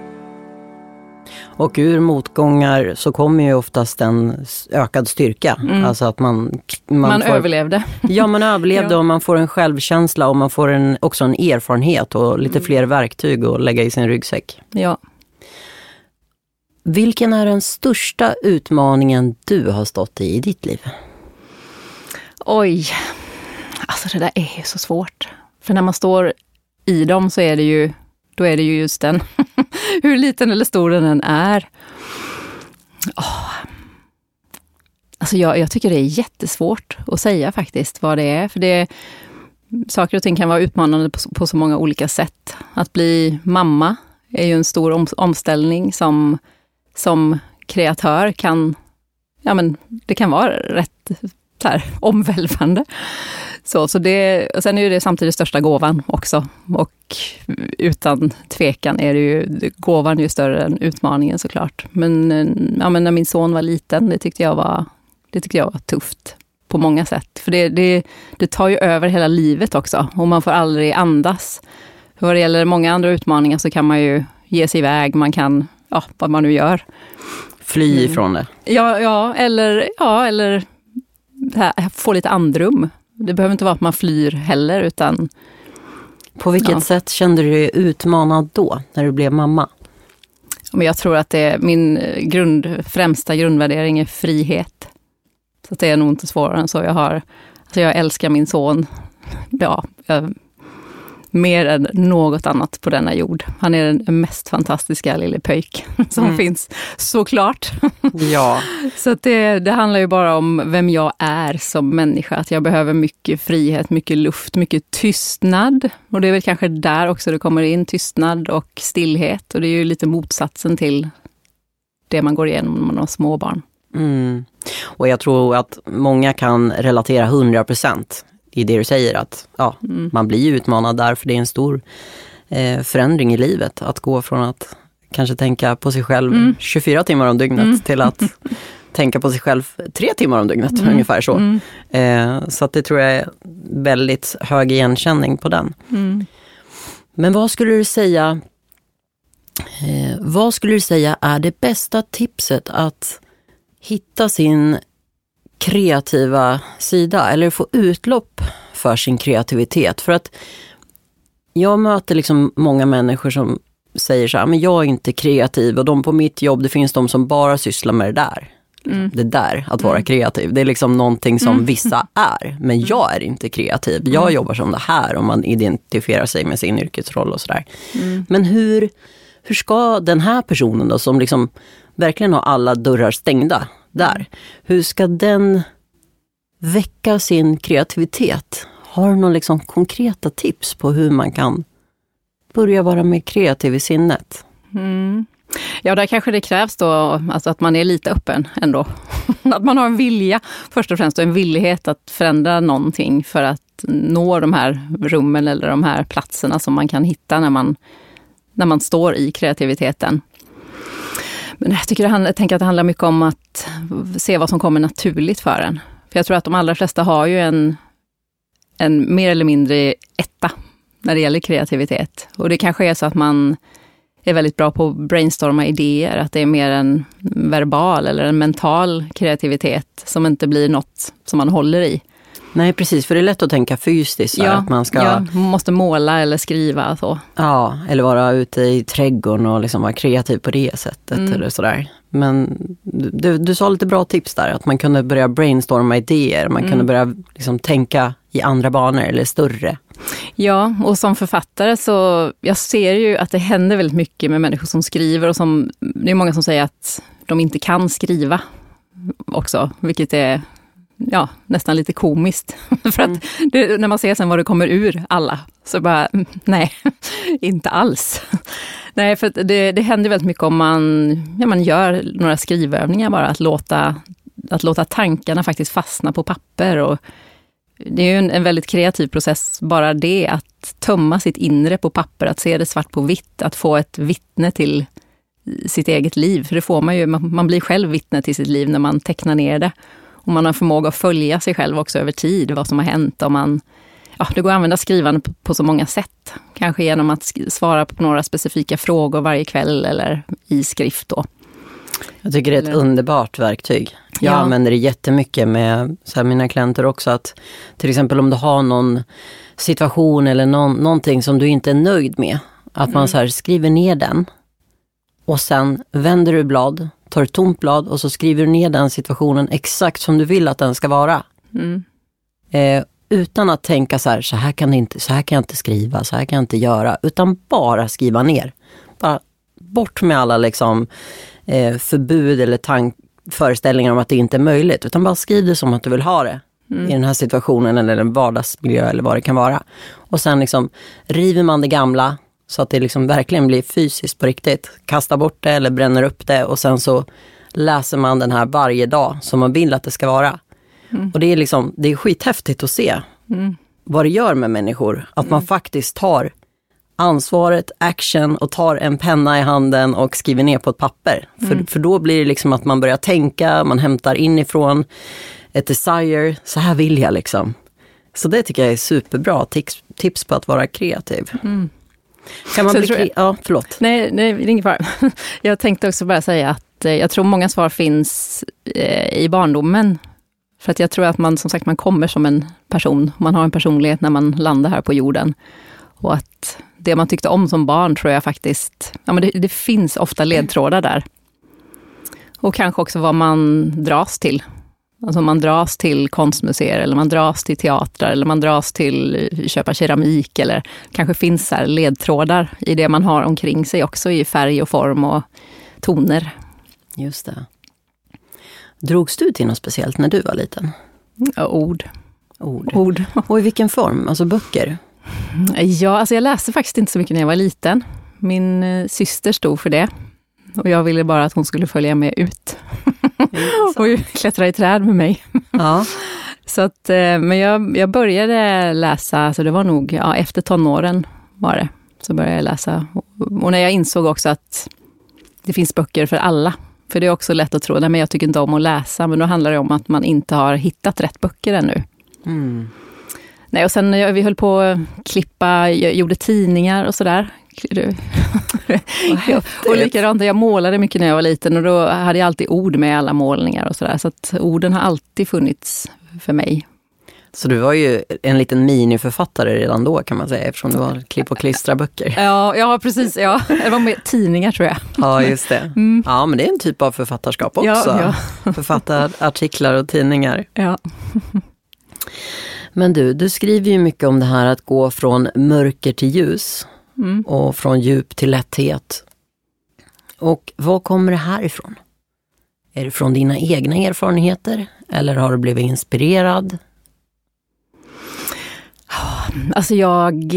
Och ur motgångar så kommer ju oftast en ökad styrka. Mm. Alltså att man... Man, man får, överlevde. Ja, man överlevde ja. Och man får en självkänsla och man får en, också en erfarenhet och lite mm. fler verktyg att lägga i sin ryggsäck. Ja. Vilken är den största utmaningen du har stått i i ditt liv? Oj, alltså det där är ju så svårt. För när man står i dem så är det ju, då är det ju just den. Hur liten eller stor den än är. Oh. Alltså jag, jag tycker det är jättesvårt att säga faktiskt vad det är. För det, saker och ting kan vara utmanande på, på så många olika sätt. Att bli mamma är ju en stor om, omställning som, som kreatör kan, ja men det kan vara rätt så här, omvälvande. Så, så det, och sen är ju det samtidigt största gåvan också. Och utan tvekan är det ju, gåvan är ju större än utmaningen såklart. Men, ja, men när min son var liten, det tyckte jag var, det tyckte jag var tufft på många sätt. För det, det, det tar ju över hela livet också. Och man får aldrig andas. För vad det gäller många andra utmaningar så kan man ju ge sig iväg. Man kan, ja, vad man nu gör. Fly ifrån det. Ja, ja eller, ja, eller här, få lite andrum. Det behöver inte vara att man flyr heller, utan... På vilket ja. sätt kände du dig utmanad då, när du blev mamma? Men jag tror att det är min grund, främsta grundvärdering är frihet. Så det är nog inte svårare än så. Jag, har, alltså jag älskar min son. Ja, jag, mer än något annat på denna jord. Han är den mest fantastiska lille pöjk som mm. finns, såklart. Ja. Så att det, det handlar ju bara om vem jag är som människa. Att jag behöver mycket frihet, mycket luft, mycket tystnad. Och det är väl kanske där också det kommer in, tystnad och stillhet. Och det är ju lite motsatsen till det man går igenom när man har små barn. Mm. Och jag tror att många kan relatera hundra procent i det du säger, att ja, mm. man blir utmanad där, för det är en stor eh, förändring i livet. Att gå från att kanske tänka på sig själv mm. tjugofyra timmar om dygnet mm. till att tänka på sig själv tre timmar om dygnet, mm. ungefär så. Mm. Eh, så att det tror jag är väldigt hög igenkänning på den. Mm. Men vad skulle du säga eh, vad skulle du säga är det bästa tipset att hitta sin kreativa sida, eller få utlopp för sin kreativitet? För att jag möter liksom många människor som säger så här, men jag är inte kreativ, och de på mitt jobb, det finns de som bara sysslar med det där. Mm. Det där, att vara mm. kreativ. Det är liksom någonting som mm. vissa är, men jag är inte kreativ. Jag mm. jobbar som det här, om man identifierar sig med sin yrkesroll och sådär. Mm. Men hur, hur ska den här personen då, som liksom verkligen har alla dörrar stängda där, hur ska den väcka sin kreativitet? Har du några liksom konkreta tips på hur man kan börja vara mer kreativ i sinnet? Mm. Ja, där kanske det krävs då alltså att man är lite öppen ändå. Att man har en vilja, först och främst en villighet att förändra någonting för att nå de här rummen eller de här platserna som man kan hitta när man, när man står i kreativiteten. Men jag tycker det, jag tänker att det handlar mycket om att se vad som kommer naturligt för en. För jag tror att de allra flesta har ju en, en mer eller mindre etta när det gäller kreativitet. Och det kanske är så att man är väldigt bra på att brainstorma idéer. Att det är mer en verbal eller en mental kreativitet som inte blir något som man håller i. Nej, precis. För det är lätt att tänka fysiskt. Ja, att man ska... ja, man måste måla eller skriva. Så. Ja, eller vara ute i trädgården och liksom vara kreativ på det sättet. Mm. Eller sådär. Men du, du sa lite bra tips där. Att man kunde börja brainstorma idéer. Man mm. kunde börja liksom tänka i andra banor eller större. Ja, och som författare så jag ser ju att det händer väldigt mycket med människor som skriver. Och som, det är många som säger att de inte kan skriva också. Vilket är... ja, nästan lite komiskt. För att det, när man ser sen vad det kommer ur alla, så bara, nej, inte alls. Nej, för att det, det händer väldigt mycket om man, ja, man gör några skrivövningar bara, att låta, att låta tankarna faktiskt fastna på papper. Och det är ju en, en väldigt kreativ process, bara det, att tömma sitt inre på papper, att se det svart på vitt, att få ett vittne till sitt eget liv. För det får man ju, man, man blir själv vittne till sitt liv när man tecknar ner det. Och man har förmåga att följa sig själv också över tid, vad som har hänt. Och man, ja, det går att använda skrivande på, på så många sätt. Kanske genom att sk- svara på några specifika frågor varje kväll eller i skrift då. Jag tycker det är ett eller... underbart verktyg. Jag ja. använder det jättemycket med så här, mina klienter också. Att till exempel om du har någon situation eller någon, någonting som du inte är nöjd med. Att mm. man så här, skriver ner den. Och sen vänder du blad, tar ett tomt blad och så skriver du ner den situationen exakt som du vill att den ska vara. Mm. Eh, utan att tänka så här, så här kan det inte, så här kan jag inte skriva, så här kan jag inte göra. Utan bara skriva ner. Bara bort med alla liksom, eh, förbud eller tank, föreställningar om att det inte är möjligt. Utan bara skriv det som att du vill ha det. Mm. I den här situationen eller en vardagsmiljö eller vad det kan vara. Och sen liksom river man det gamla så att det liksom verkligen blir fysiskt på riktigt. Kastar bort det eller bränner upp det och sen så läser man den här varje dag som man vill att det ska vara. Mm. Och det är liksom, det är skithäftigt att se mm. vad det gör med människor. Att mm. man faktiskt tar ansvaret, action och tar en penna i handen och skriver ner på ett papper. Mm. För, för då blir det liksom att man börjar tänka, man hämtar inifrån ett desire, så här vill jag liksom. Så det tycker jag är superbra tips, tips på att vara kreativ. Mm. Kan man bli kre- jag, ja, förlåt. Nej, nej, det är ingen fara. Jag tänkte också bara säga att eh, jag tror många svar finns eh, i barndomen. För att jag tror att man, som sagt, man kommer som en person. Man har en personlighet när man landar här på jorden. Och att det man tyckte om som barn tror jag faktiskt, ja men det, det finns ofta ledtrådar där. Och kanske också vad man dras till. Alltså man dras till konstmuseer eller man dras till teatrar eller man dras till köpa keramik eller kanske finns så här ledtrådar i det man har omkring sig också i färg och form och toner. Just det. Drogs du till något speciellt när du var liten? Ja, ord. Ord. Ord. Och i vilken form? Alltså böcker? Ja, alltså jag läste faktiskt inte så mycket när jag var liten. Min eh, syster stod för det. Och jag ville bara att hon skulle följa med ut. Och klättra i träd med mig. Ja. Så att, men jag, jag började läsa, så det var nog ja, efter tonåren var det. Så började jag läsa. Och när jag insåg också att det finns böcker för alla. För det är också lätt att tro, nej men jag tycker inte om att läsa. Men då handlar det om att man inte har hittat rätt böcker ännu. Mm. Nej, och sen vi höll på att klippa, jag gjorde tidningar och sådär. Och likadant, jag målade mycket när jag var liten och då hade jag alltid ord med alla målningar och sådär. Så att orden har alltid funnits för mig. Så du var ju en liten miniförfattare redan då kan man säga, eftersom du var klipp- och klistra-böcker. Ja, ja, precis. Ja. Det var med tidningar tror jag. Ja, just det. Mm. Ja, men det är en typ av författarskap också. Ja, ja. Författa artiklar och tidningar. Ja. Men du, du skriver ju mycket om det här att gå från mörker till ljus. Mm. Och från djup till lätthet. Och vad kommer det här ifrån? Är det från dina egna erfarenheter? Eller har du blivit inspirerad? Alltså jag...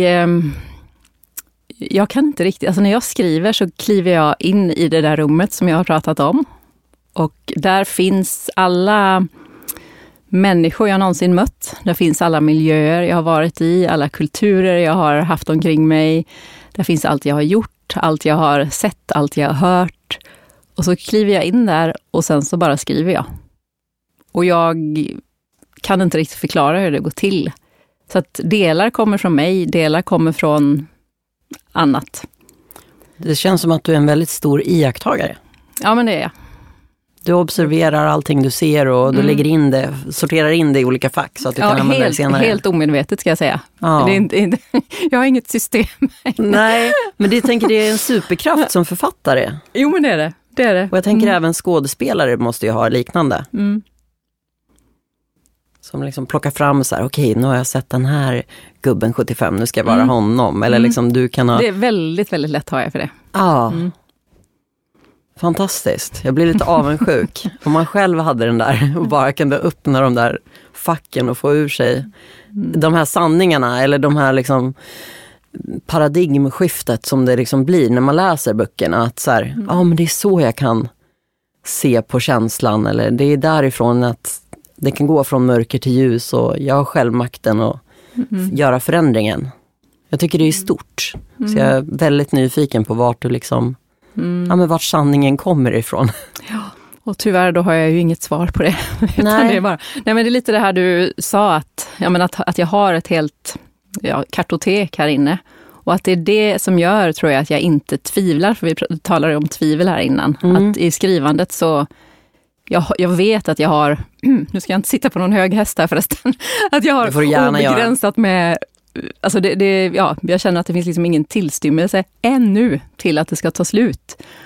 Jag kan inte riktigt... Alltså när jag skriver så kliver jag in i det där rummet som jag har pratat om. Och där finns alla människor jag någonsin mött. Där finns alla miljöer jag har varit i, alla kulturer jag har haft omkring mig. Där finns allt jag har gjort, allt jag har sett, allt jag har hört. Och så kliver jag in där och sen så bara skriver jag. Och jag kan inte riktigt förklara hur det går till. Så att delar kommer från mig, delar kommer från annat. Det känns som att du är en väldigt stor iakttagare. Ja, men det är jag. Du observerar allting du ser och du mm. lägger in det, sorterar in det i olika fack så att du ja, kan använda helt, det senare. Helt omedvetet ska jag säga. Ja. Det är inte, inte, jag har inget system. Nej, men det tänker det är en superkraft som författare. Jo, men det är det. det, är det. Och jag tänker mm. även skådespelare måste ju ha liknande. Mm. Som liksom plockar fram så här, okej, okay, nu har jag sett den här gubben sjuttiofem, nu ska jag vara mm. honom. Eller mm. liksom du kan ha... Det är väldigt, väldigt lätt har jag för det. Ja. Mm. Fantastiskt. Jag blir lite avundsjuk. Om man själv hade den där och bara kunde öppna de där facken och få ur sig mm. de här sanningarna eller de här liksom paradigmskiftet som det liksom blir när man läser böckerna. Att så här, ja mm. ah, men det är så jag kan se på känslan eller det är därifrån att det kan gå från mörker till ljus och jag har själv makten att mm. göra förändringen. Jag tycker det är stort. Mm. Så jag är väldigt nyfiken på vart du liksom Mm. ja, men vart sanningen kommer ifrån. Ja, och tyvärr då har jag ju inget svar på det. Utan nej. Det är bara, nej, men det är lite det här du sa att, ja, men att, att jag har ett helt ja, kartotek här inne. Och att det är det som gör, tror jag, att jag inte tvivlar. För vi talade om tvivel här innan. Mm. Att i skrivandet så, jag, jag vet att jag har, nu ska jag inte sitta på någon hög häst här förresten. Att jag har obegränsat med, alltså det, det, ja, jag känner att det finns liksom ingen tillstymmelse ännu till att det ska ta slut.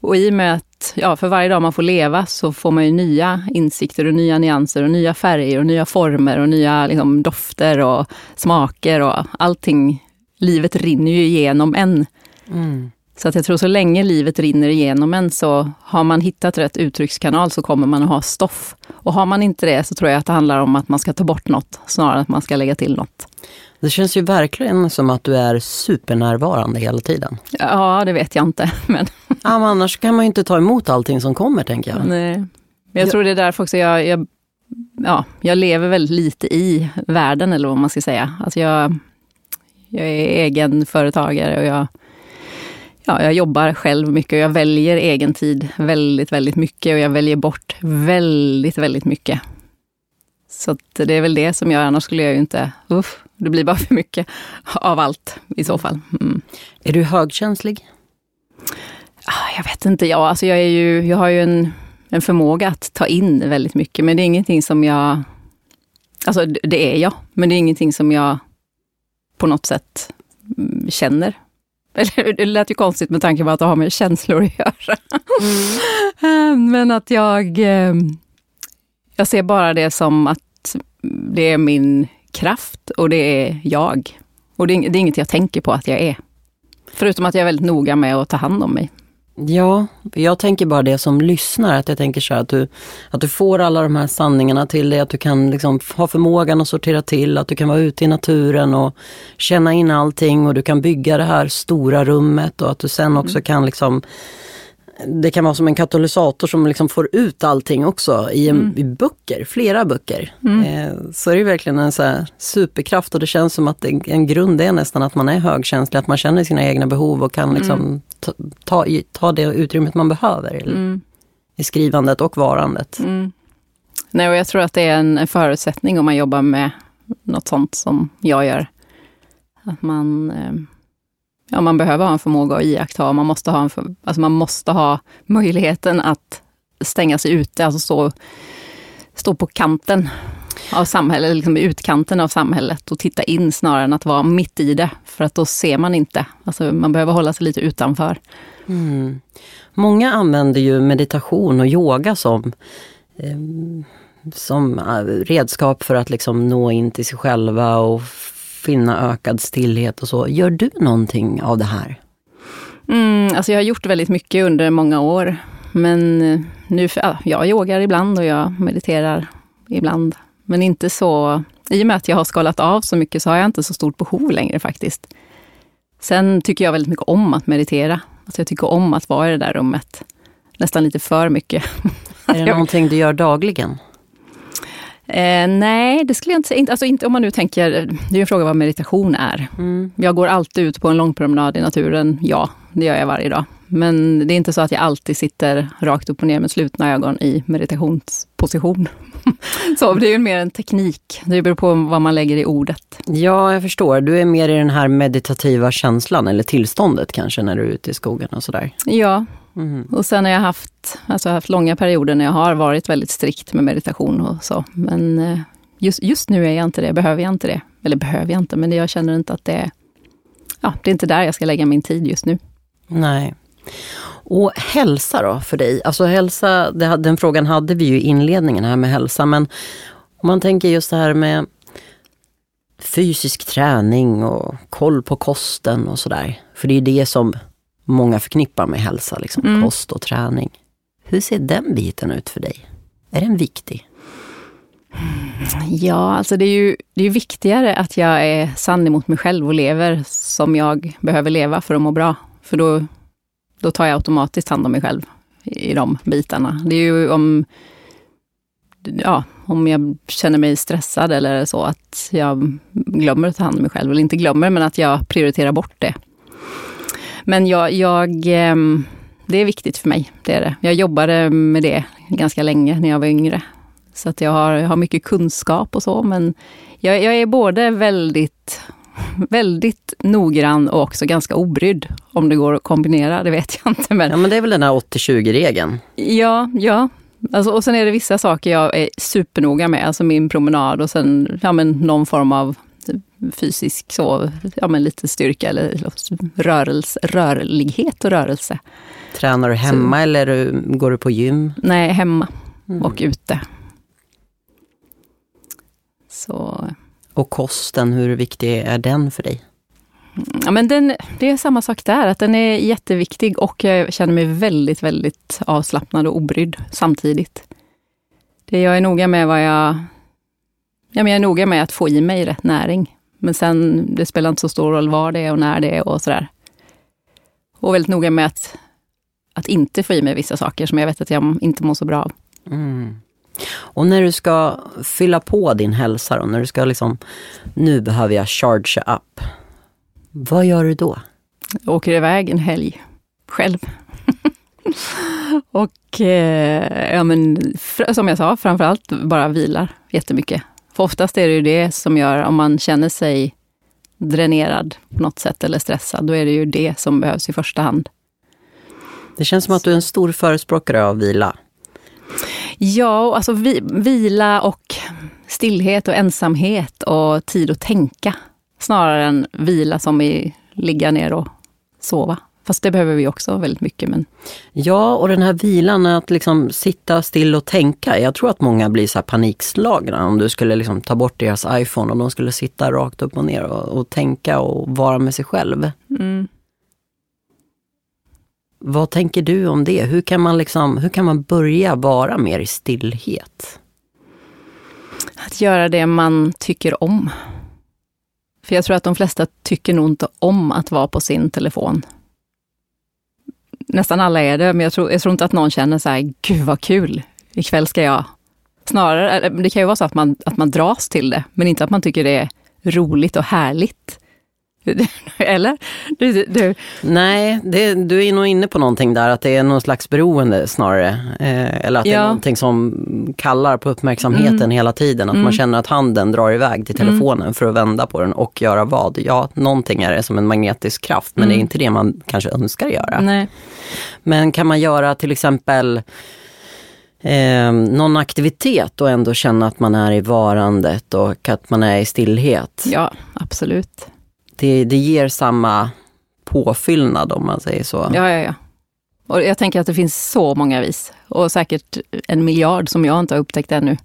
Och i och med att ja, för varje dag man får leva så får man ju nya insikter och nya nyanser och nya färger och nya former och nya liksom, dofter och smaker och allting. Livet rinner ju igenom en. Mm. Så att jag tror så länge livet rinner igenom en så har man hittat rätt uttryckskanal så kommer man att ha stoff. Och har man inte det så tror jag att det handlar om att man ska ta bort något snarare än att man ska lägga till något. Det känns ju verkligen som att du är supernärvarande hela tiden. Ja, det vet jag inte. Men, ja, men annars kan man ju inte ta emot allting som kommer, tänker jag. Nej. Men jag tror det är därför också jag, jag, ja, jag lever väldigt lite i världen eller vad man ska säga. Alltså jag, jag är egen företagare och jag, ja, jag jobbar själv mycket och jag väljer egen tid väldigt, väldigt mycket och jag väljer bort väldigt, väldigt mycket. Så att det är väl det som jag, annars skulle jag ju inte, uff, det blir bara för mycket av allt i så fall. Mm. Är du högkänslig? Jag vet inte, ja, alltså jag, är ju, jag har ju en, en förmåga att ta in väldigt mycket, men det är ingenting som jag, alltså det är jag, men det är ingenting som jag på något sätt känner. Det lät ju konstigt med tanke på att det har med känslor att göra. Mm. Men att jag, jag ser bara det som att det är min kraft och det är jag. Och det är, det är inget jag tänker på att jag är. Förutom att jag är väldigt noga med att ta hand om mig. Ja, jag tänker bara det som lyssnar. Att jag tänker så här att du, att du får alla de här sanningarna till dig. Att du kan liksom ha förmågan att sortera till. Att du kan vara ute i naturen och känna in allting. Och du kan bygga det här stora rummet. Och att du sen också mm. kan liksom... Det kan vara som en katalysator som liksom får ut allting också i, en, mm. i böcker, flera böcker. Mm. Eh, så är det verkligen en så här superkraft och det känns som att en, en grund är nästan att man är högkänslig, att man känner sina egna behov och kan liksom mm. ta, ta, ta det utrymmet man behöver mm. i skrivandet och varandet. Mm. Nej, och jag tror att det är en förutsättning om man jobbar med något sånt som jag gör. Att man... Eh, Ja, man behöver ha en förmåga att iaktta. Man måste ha, en för, alltså man måste ha möjligheten att stänga sig ute. Alltså stå, stå på kanten av samhället, liksom utkanten av samhället och titta in snarare än att vara mitt i det. För att då ser man inte. Alltså man behöver hålla sig lite utanför. Mm. Många använder ju meditation och yoga som, eh, som redskap för att liksom nå in till sig själva och finna ökad stillhet och så. Gör du någonting av det här? Mm, alltså jag har gjort väldigt mycket under många år. Men nu, ja, jag yogar ibland och jag mediterar ibland. Men inte så, i och med att jag har skalat av så mycket så har jag inte så stort behov längre faktiskt. Sen tycker jag väldigt mycket om att meditera. Alltså jag tycker om att vara i det där rummet. Nästan lite för mycket. Är det någonting du gör dagligen? Eh, nej, det skulle jag inte säga. Alltså inte om man nu tänker, det är ju en fråga vad meditation är. Mm. Jag går alltid ut på en lång promenad i naturen. Ja, det gör jag varje dag. Men det är inte så att jag alltid sitter rakt upp och ner med slutna ögon i meditationsposition. Så det är ju mer en teknik. Det beror på vad man lägger i ordet. Ja, jag förstår. Du är mer i den här meditativa känslan eller tillståndet kanske när du är ute i skogen och sådär. Ja. Mm. Och sen har jag haft, alltså jag har haft långa perioder när jag har varit väldigt strikt med meditation och så. Men just, just nu är jag inte det, behöver jag inte det. Eller behöver jag inte, men jag känner inte att det är, ja, det är inte där jag ska lägga min tid just nu. Nej. Och hälsa då för dig? Alltså hälsa, det, den frågan hade vi ju i inledningen här med hälsa. Men om man tänker just det här med fysisk träning och koll på kosten och sådär. För det är det som många förknippar med hälsa, liksom mm. kost och träning. Hur ser den biten ut för dig? Är den viktig? Ja, alltså det är ju det är ju viktigare att jag är sann emot mig själv och lever som jag behöver leva för att må bra. För då, då tar jag automatiskt hand om mig själv i de bitarna. Det är ju om, ja, om jag känner mig stressad eller så att jag glömmer att ta hand om mig själv. Eller inte glömmer, men att jag prioriterar bort det. Men jag, jag, det är viktigt för mig, det är det. Jag jobbade med det ganska länge när jag var yngre. Så att jag har, jag har mycket kunskap och så, men jag, jag är både väldigt, väldigt noggrann och också ganska obrydd. Om det går att kombinera, det vet jag inte. Men, ja, men det är väl den här åttio tjugo-regeln? Ja, ja. Alltså, och sen är det vissa saker jag är supernoga med, alltså min promenad och sen ja, men någon form av fysisk så, ja men lite styrka eller rörelse, rörlighet och rörelse. Tränar du hemma så, eller går du på gym? Nej, hemma mm. och ute. Så. Och kosten, hur viktig är den för dig? Ja, men den, det är samma sak där, att den är jätteviktig och jag känner mig väldigt, väldigt avslappnad och obrydd samtidigt. Det jag är noga med vad jag, ja, men jag är noga med att få i mig rätt näring. Men sen, det spelar inte så stor roll var det är och när det är och sådär. Och väldigt noga med att, att inte få i mig vissa saker som jag vet att jag inte mår så bra av. Mm. Och när du ska fylla på din hälsa då, när du ska liksom, nu behöver jag charge up. Vad gör du då? Jag åker iväg en helg själv. och eh, ja, men, som jag sa, framförallt bara vilar jättemycket. För oftast är det ju det som gör, om man känner sig dränerad på något sätt eller stressad, då är det ju det som behövs i första hand. Det känns som att du är en stor förespråkare av vila. Ja, alltså vi, vila och stillhet och ensamhet och tid att tänka. Snarare än vila som i ligga ner och sova. Fast det behöver vi också väldigt mycket. Men... Ja, och den här vilan att liksom sitta still och tänka. Jag tror att många blir så här panikslagna om du skulle liksom ta bort deras iPhone och de skulle sitta rakt upp och ner och, och tänka och vara med sig själv. Mm. Vad tänker du om det? Hur kan man liksom, hur kan man börja vara mer i stillhet? Att göra det man tycker om. För jag tror att de flesta tycker nog inte om att vara på sin telefon. Nästan alla är det, men jag tror, jag tror inte att någon känner så här, gud vad kul, ikväll ska jag. Snarare, det kan ju vara så att man, att man dras till det, men inte att man tycker det är roligt och härligt. Eller? Du, du. Nej, det, du är nog inne på någonting där, att det är någon slags beroende snarare. Eh, eller att ja. det är någonting som kallar på uppmärksamheten mm. hela tiden. Att mm. man känner att handen drar iväg till telefonen mm. för att vända på den och göra vad. Ja, någonting är det som en magnetisk kraft, men mm. det är inte det man kanske önskar göra. Nej. Men kan man göra till exempel eh, någon aktivitet och ändå känna att man är i varandet och att man är i stillhet? Ja, absolut. Det, det ger samma påfyllnad om man säger så. Ja, ja, ja. Och jag tänker att det finns så många vis. Och säkert en miljard som jag inte har upptäckt ännu.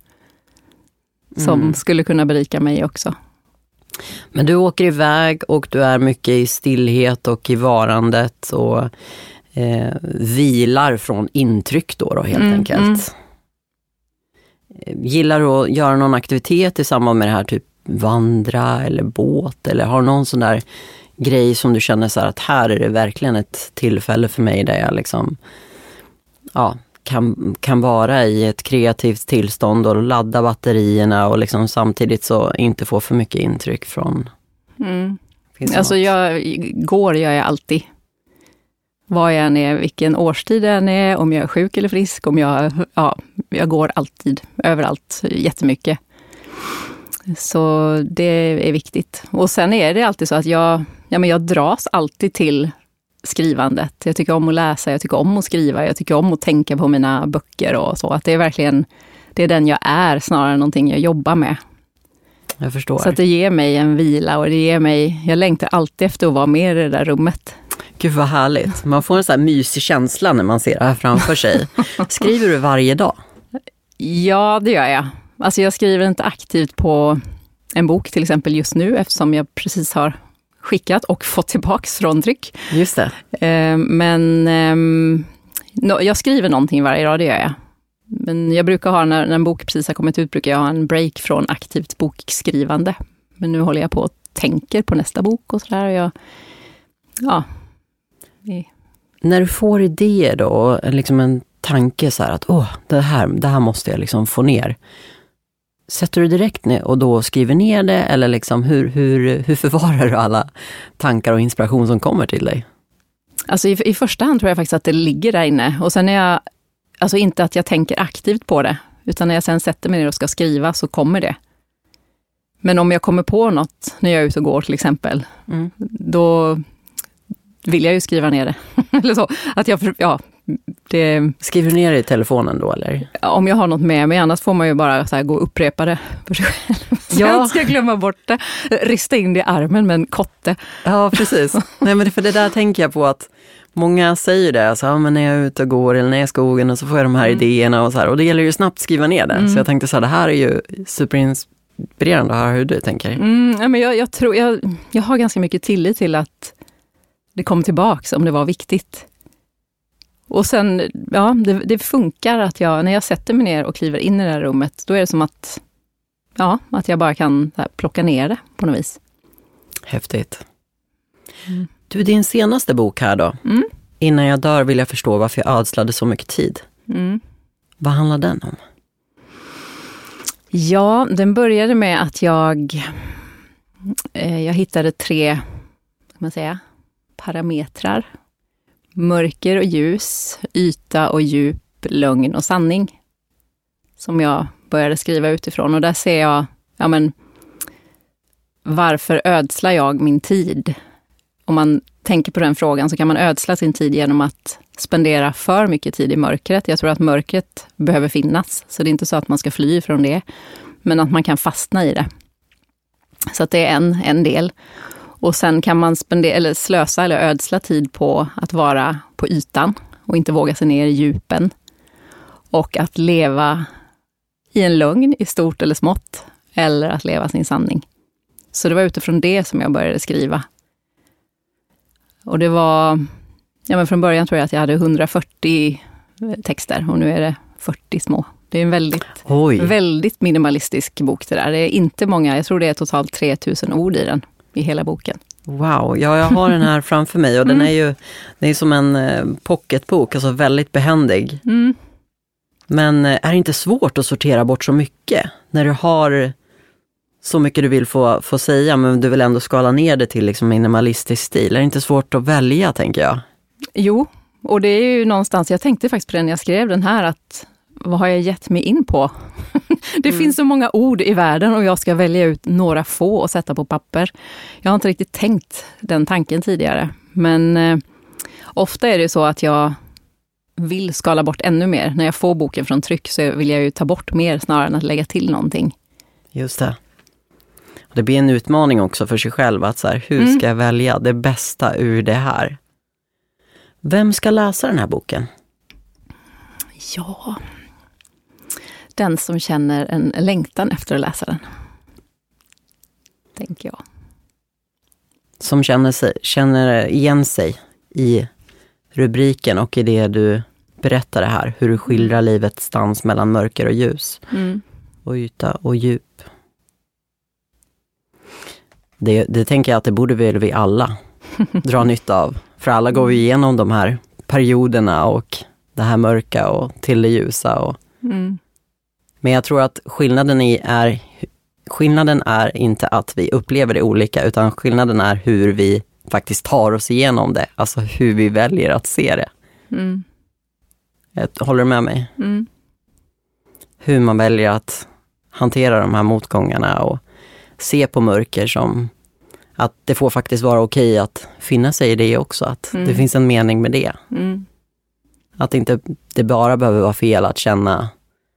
Som mm. skulle kunna berika mig också. Men du åker iväg och du är mycket i stillhet och i varandet. Och eh, vilar från intryck då, då helt mm, enkelt. Mm. Gillar du att göra någon aktivitet i samband med det här, typ vandra eller båt, eller har någon sån där grej som du känner så här att här är det verkligen ett tillfälle för mig där jag liksom ja, kan, kan vara i ett kreativt tillstånd och ladda batterierna och liksom samtidigt så inte få för mycket intryck från mm. Alltså jag går gör jag alltid. Vad jag än är, vilken årstid jag än är, om jag är sjuk eller frisk, om jag, ja, jag går alltid, överallt, jättemycket. Så det är viktigt. Och sen är det alltid så att jag, ja, men jag dras alltid till skrivandet. Jag tycker om att läsa, jag tycker om att skriva, jag tycker om att tänka på mina böcker och så. Att det är verkligen, det är den jag är snarare än någonting jag jobbar med. Jag förstår. Så att det ger mig en vila och det ger mig, jag längtar alltid efter att vara med i det där rummet. Gud vad härligt. Man får en sån här mysig känsla när man ser det här framför sig. Skriver du varje dag? Ja, det gör jag. Alltså jag skriver inte aktivt på en bok till exempel just nu eftersom jag precis har skickat och fått tillbaks från tryck. Just det. Men jag skriver någonting varje dag, det gör jag. Men jag brukar ha, när en bok precis har kommit ut, brukar jag ha en break från aktivt bokskrivande. Men nu håller jag på och tänker på nästa bok och sådär. Jag, ja. När du får idéer då, liksom en tanke så här att åh, det här, det här måste jag liksom få ner. Sätter du direkt ner och då skriver ner det, eller liksom hur, hur, hur förvarar du alla tankar och inspiration som kommer till dig? Alltså i, i första hand tror jag faktiskt att det ligger där inne. Och sen är jag, alltså inte att jag tänker aktivt på det, utan när jag sen sätter mig ner och ska skriva så kommer det. Men om jag kommer på något när jag är ute och går till exempel, mm. då vill jag ju skriva ner det. Eller så, att jag, ja, det, skriver du ner det i telefonen då eller? om jag har något med mig, annars får man ju bara så här gå och upprepa det för sig själv. Så Ja. jag inte ska glömma bort det. Rista in det i armen med en kotte. Ja, precis. Nej, men för det där tänker jag på att många säger det, alltså, ja, men när jag är ute och går eller när jag är i skogen och så får jag de här mm. idéerna och så här. Och det gäller ju snabbt skriva ner det. Mm. Så jag tänkte så här, det här är ju superinspirerande att höra hur du tänker. Mm, ja, men jag, jag, tror, jag, jag har ganska mycket tillit till att det kom tillbaks om det var viktigt. Och sen, ja, det, det funkar att jag, när jag sätter mig ner och kliver in i det här rummet, då är det som att, ja, att jag bara kan så här, plocka ner det på något vis. Häftigt. Mm. Du, din senaste bok här då. Mm. Innan jag dör vill jag förstå varför jag ödslade så mycket tid. Mm. Vad handlar den om? Ja, den började med att jag, eh, jag hittade tre, kan man säga, parametrar. Mörker och ljus, yta och djup, lögn och sanning. Som jag började skriva utifrån. Och där ser jag, ja men, varför ödslar jag min tid? Om man tänker på den frågan så kan man ödsla sin tid genom att spendera för mycket tid i mörkret. Jag tror att mörkret behöver finnas. Så det är inte så att man ska fly från det. Men att man kan fastna i det. Så att det är en, en del. Och sen kan man spendera, eller slösa eller ödsla tid på att vara på ytan. Och inte våga sig ner i djupen. Och att leva i en lögn i stort eller smått. Eller att leva sin sanning. Så det var utifrån det som jag började skriva. Och det var, ja men från början tror jag att jag hade hundrafyrtio texter och nu är det fyrtio små. Det är en väldigt, väldigt minimalistisk bok det där. Det är inte många, jag tror det är totalt tre tusen ord i den, i hela boken. Wow, ja jag har den här framför mig och mm. den är ju, det är som en eh, pocketbok, alltså väldigt behändig. Mm. Men eh, är det inte svårt att sortera bort så mycket när du har så mycket du vill få, få säga, men du vill ändå skala ner det till liksom minimalistisk stil? Är det inte svårt att välja, tänker jag? Jo, och det är ju någonstans, jag tänkte faktiskt på det när jag skrev den här, att vad har jag gett mig in på? det mm. finns så många ord i världen och jag ska välja ut några få och sätta på papper. Jag har inte riktigt tänkt den tanken tidigare, men eh, ofta är det så att jag vill skala bort ännu mer. När jag får boken från tryck så vill jag ju ta bort mer snarare än att lägga till någonting. Just det. Det blir en utmaning också för sig själv att så här, hur ska jag välja det bästa ur det här? Vem ska läsa den här boken? Ja, den som känner en längtan efter att läsa den. Tänker jag. Som känner, sig, känner igen sig i rubriken och i det du berättar här. Hur du skildrar livets dans mellan mörker och ljus. Mm. Och yta och djup. Det, det tänker jag att det borde väl vi alla dra nytta av. För alla går vi igenom de här perioderna och det här mörka och till det ljusa. Och... Mm. Men jag tror att skillnaden, i är, skillnaden är inte att vi upplever det olika, utan skillnaden är hur vi faktiskt tar oss igenom det. Alltså hur vi väljer att se det. Mm. Håller du med mig? Mm. Hur man väljer att hantera de här motgångarna och se på mörker som att det får faktiskt vara okej att finna sig i det också. Att mm. det finns en mening med det. Mm. Att inte det bara behöver vara fel att känna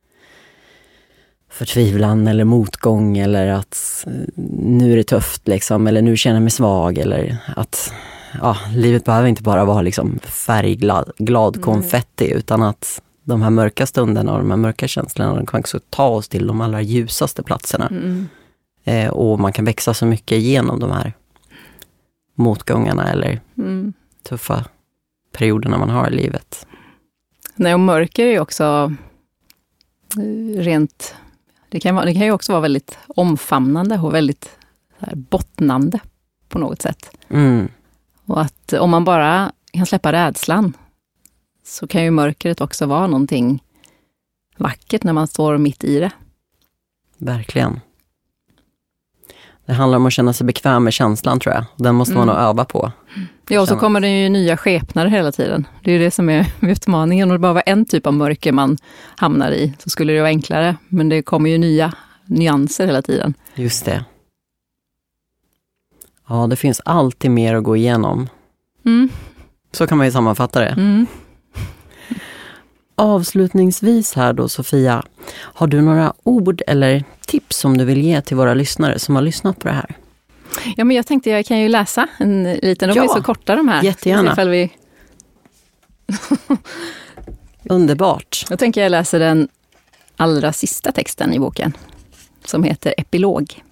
förtvivlan eller motgång eller att nu är det tufft liksom, eller nu känner jag mig svag, eller att ja, livet behöver inte bara vara liksom färgglad glad konfetti mm. utan att de här mörka stunderna och de här mörka känslorna, de kan också ta oss till de allra ljusaste platserna. Mm. Eh, och man kan växa så mycket genom de här motgångarna eller mm. tuffa perioderna man har i livet. Nej, och mörker är ju också rent, det kan, vara, det kan ju också vara väldigt omfamnande och väldigt så här, bottnande på något sätt. Mm. Och att om man bara kan släppa rädslan så kan ju mörkret också vara någonting vackert när man står mitt i det. Verkligen. Det handlar om att känna sig bekväm med känslan, tror jag. Den måste man mm. nog öva på. Ja, och så kommer det ju nya skepnader hela tiden. Det är ju det som är utmaningen. Och det bara var en typ av mörker man hamnar i så skulle det vara enklare. Men det kommer ju nya nyanser hela tiden. Just det. Ja, det finns alltid mer att gå igenom. Mm. Så kan man ju sammanfatta det. Mm. avslutningsvis här då, Sofia, har du några ord eller tips som du vill ge till våra lyssnare som har lyssnat på det här? Ja, men jag tänkte jag kan ju läsa en liten, de ja, är så korta de här. Jättegärna. Vi... Underbart. Jag tänker jag läser den allra sista texten i boken som heter Epilog.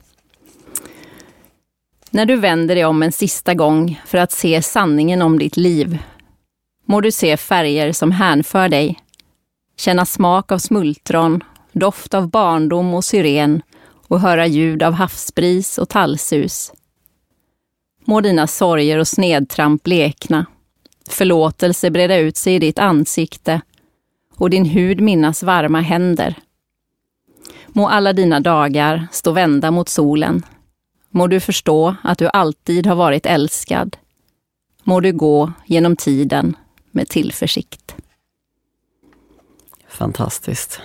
När du vänder dig om en sista gång för att se sanningen om ditt liv, må du se färger som hänför dig, känna smak av smultron, doft av barndom och syren och höra ljud av havsbris och tallsus. Må dina sorger och snedtramp blekna, förlåtelse breda ut sig i ditt ansikte och din hud minnas varma händer. Må alla dina dagar stå vända mot solen. Må du förstå att du alltid har varit älskad. Må du gå genom tiden med tillförsikt. Fantastiskt.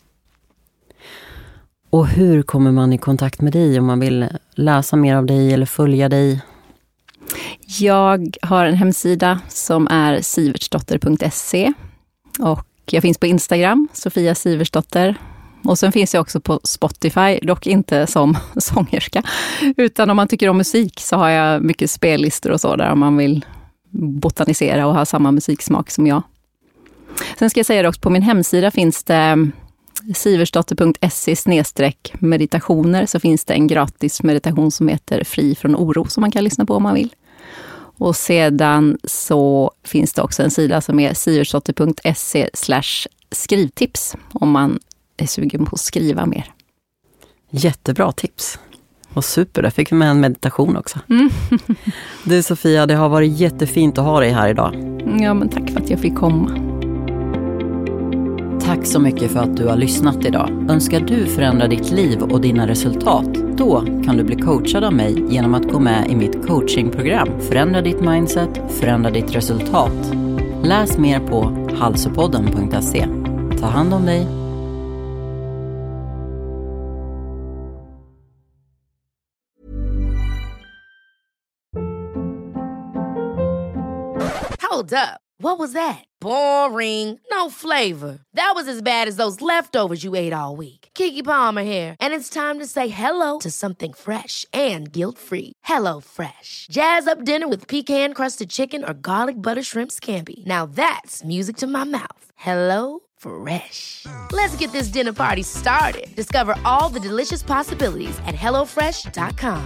Och hur kommer man i kontakt med dig om man vill läsa mer av dig eller följa dig? Jag har en hemsida som är sivertsdotter punkt se och jag finns på Instagram, Sofia Sivertsdotter. Och sen finns jag också på Spotify, dock inte som sångerska. Utan om man tycker om musik så har jag mycket spellistor och så där om man vill botanisera och ha samma musiksmak som jag. Sen ska jag säga också, på min hemsida finns det sivertsdotter punkt se snedstreck meditationer, så finns det en gratis meditation som heter Fri från oro som man kan lyssna på om man vill. Och sedan så finns det också en sida som är sivertsdotter punkt se slash skrivtips om man är sugen på att skriva mer. Jättebra tips. Och super, där fick vi med en meditation också. Mm. Du Sofia, det har varit jättefint att ha dig här idag. Ja, men tack för att jag fick komma. Tack så mycket för att du har lyssnat idag. Önskar du förändra ditt liv och dina resultat? Då kan du bli coachad av mig genom att gå med i mitt coachingprogram. Förändra ditt mindset, förändra ditt resultat. Läs mer på halsopodden punkt se. Ta hand om dig. Hold up. What was that? Boring. No flavor. That was as bad as those leftovers you ate all week. Keke Palmer here, and it's time to say hello to something fresh and guilt-free. Hello Fresh. Jazz up dinner with pecan-crusted chicken or garlic butter shrimp scampi. Now that's music to my mouth. Hello Fresh. Let's get this dinner party started. Discover all the delicious possibilities at hello fresh dot com.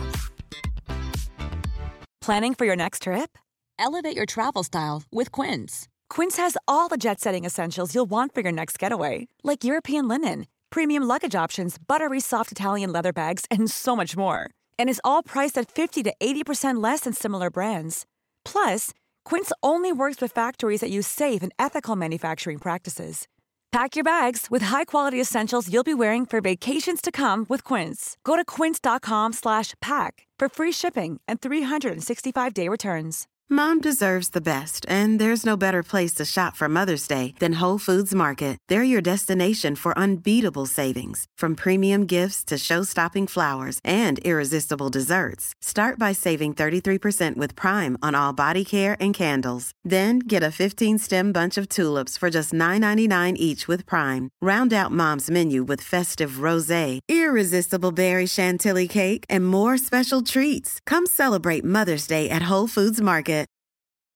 Planning for your next trip? Elevate your travel style with Quince. Quince has all the jet-setting essentials you'll want for your next getaway, like European linen, premium luggage options, buttery soft Italian leather bags, and so much more. And is all priced at fifty to eighty percent less than similar brands. Plus, Quince only works with factories that use safe and ethical manufacturing practices. Pack your bags with high-quality essentials you'll be wearing for vacations to come with Quince. Go to quince dot com slash pack for free shipping and three sixty-five day returns. Mom deserves the best, and there's no better place to shop for Mother's Day than Whole Foods Market. They're your destination for unbeatable savings, from premium gifts to show-stopping flowers and irresistible desserts. Start by saving thirty-three percent with Prime on all body care and candles. Then get a fifteen-stem bunch of tulips for just nine ninety-nine each with Prime. Round out Mom's menu with festive rosé, irresistible berry chantilly cake, and more special treats. Come celebrate Mother's Day at Whole Foods Market.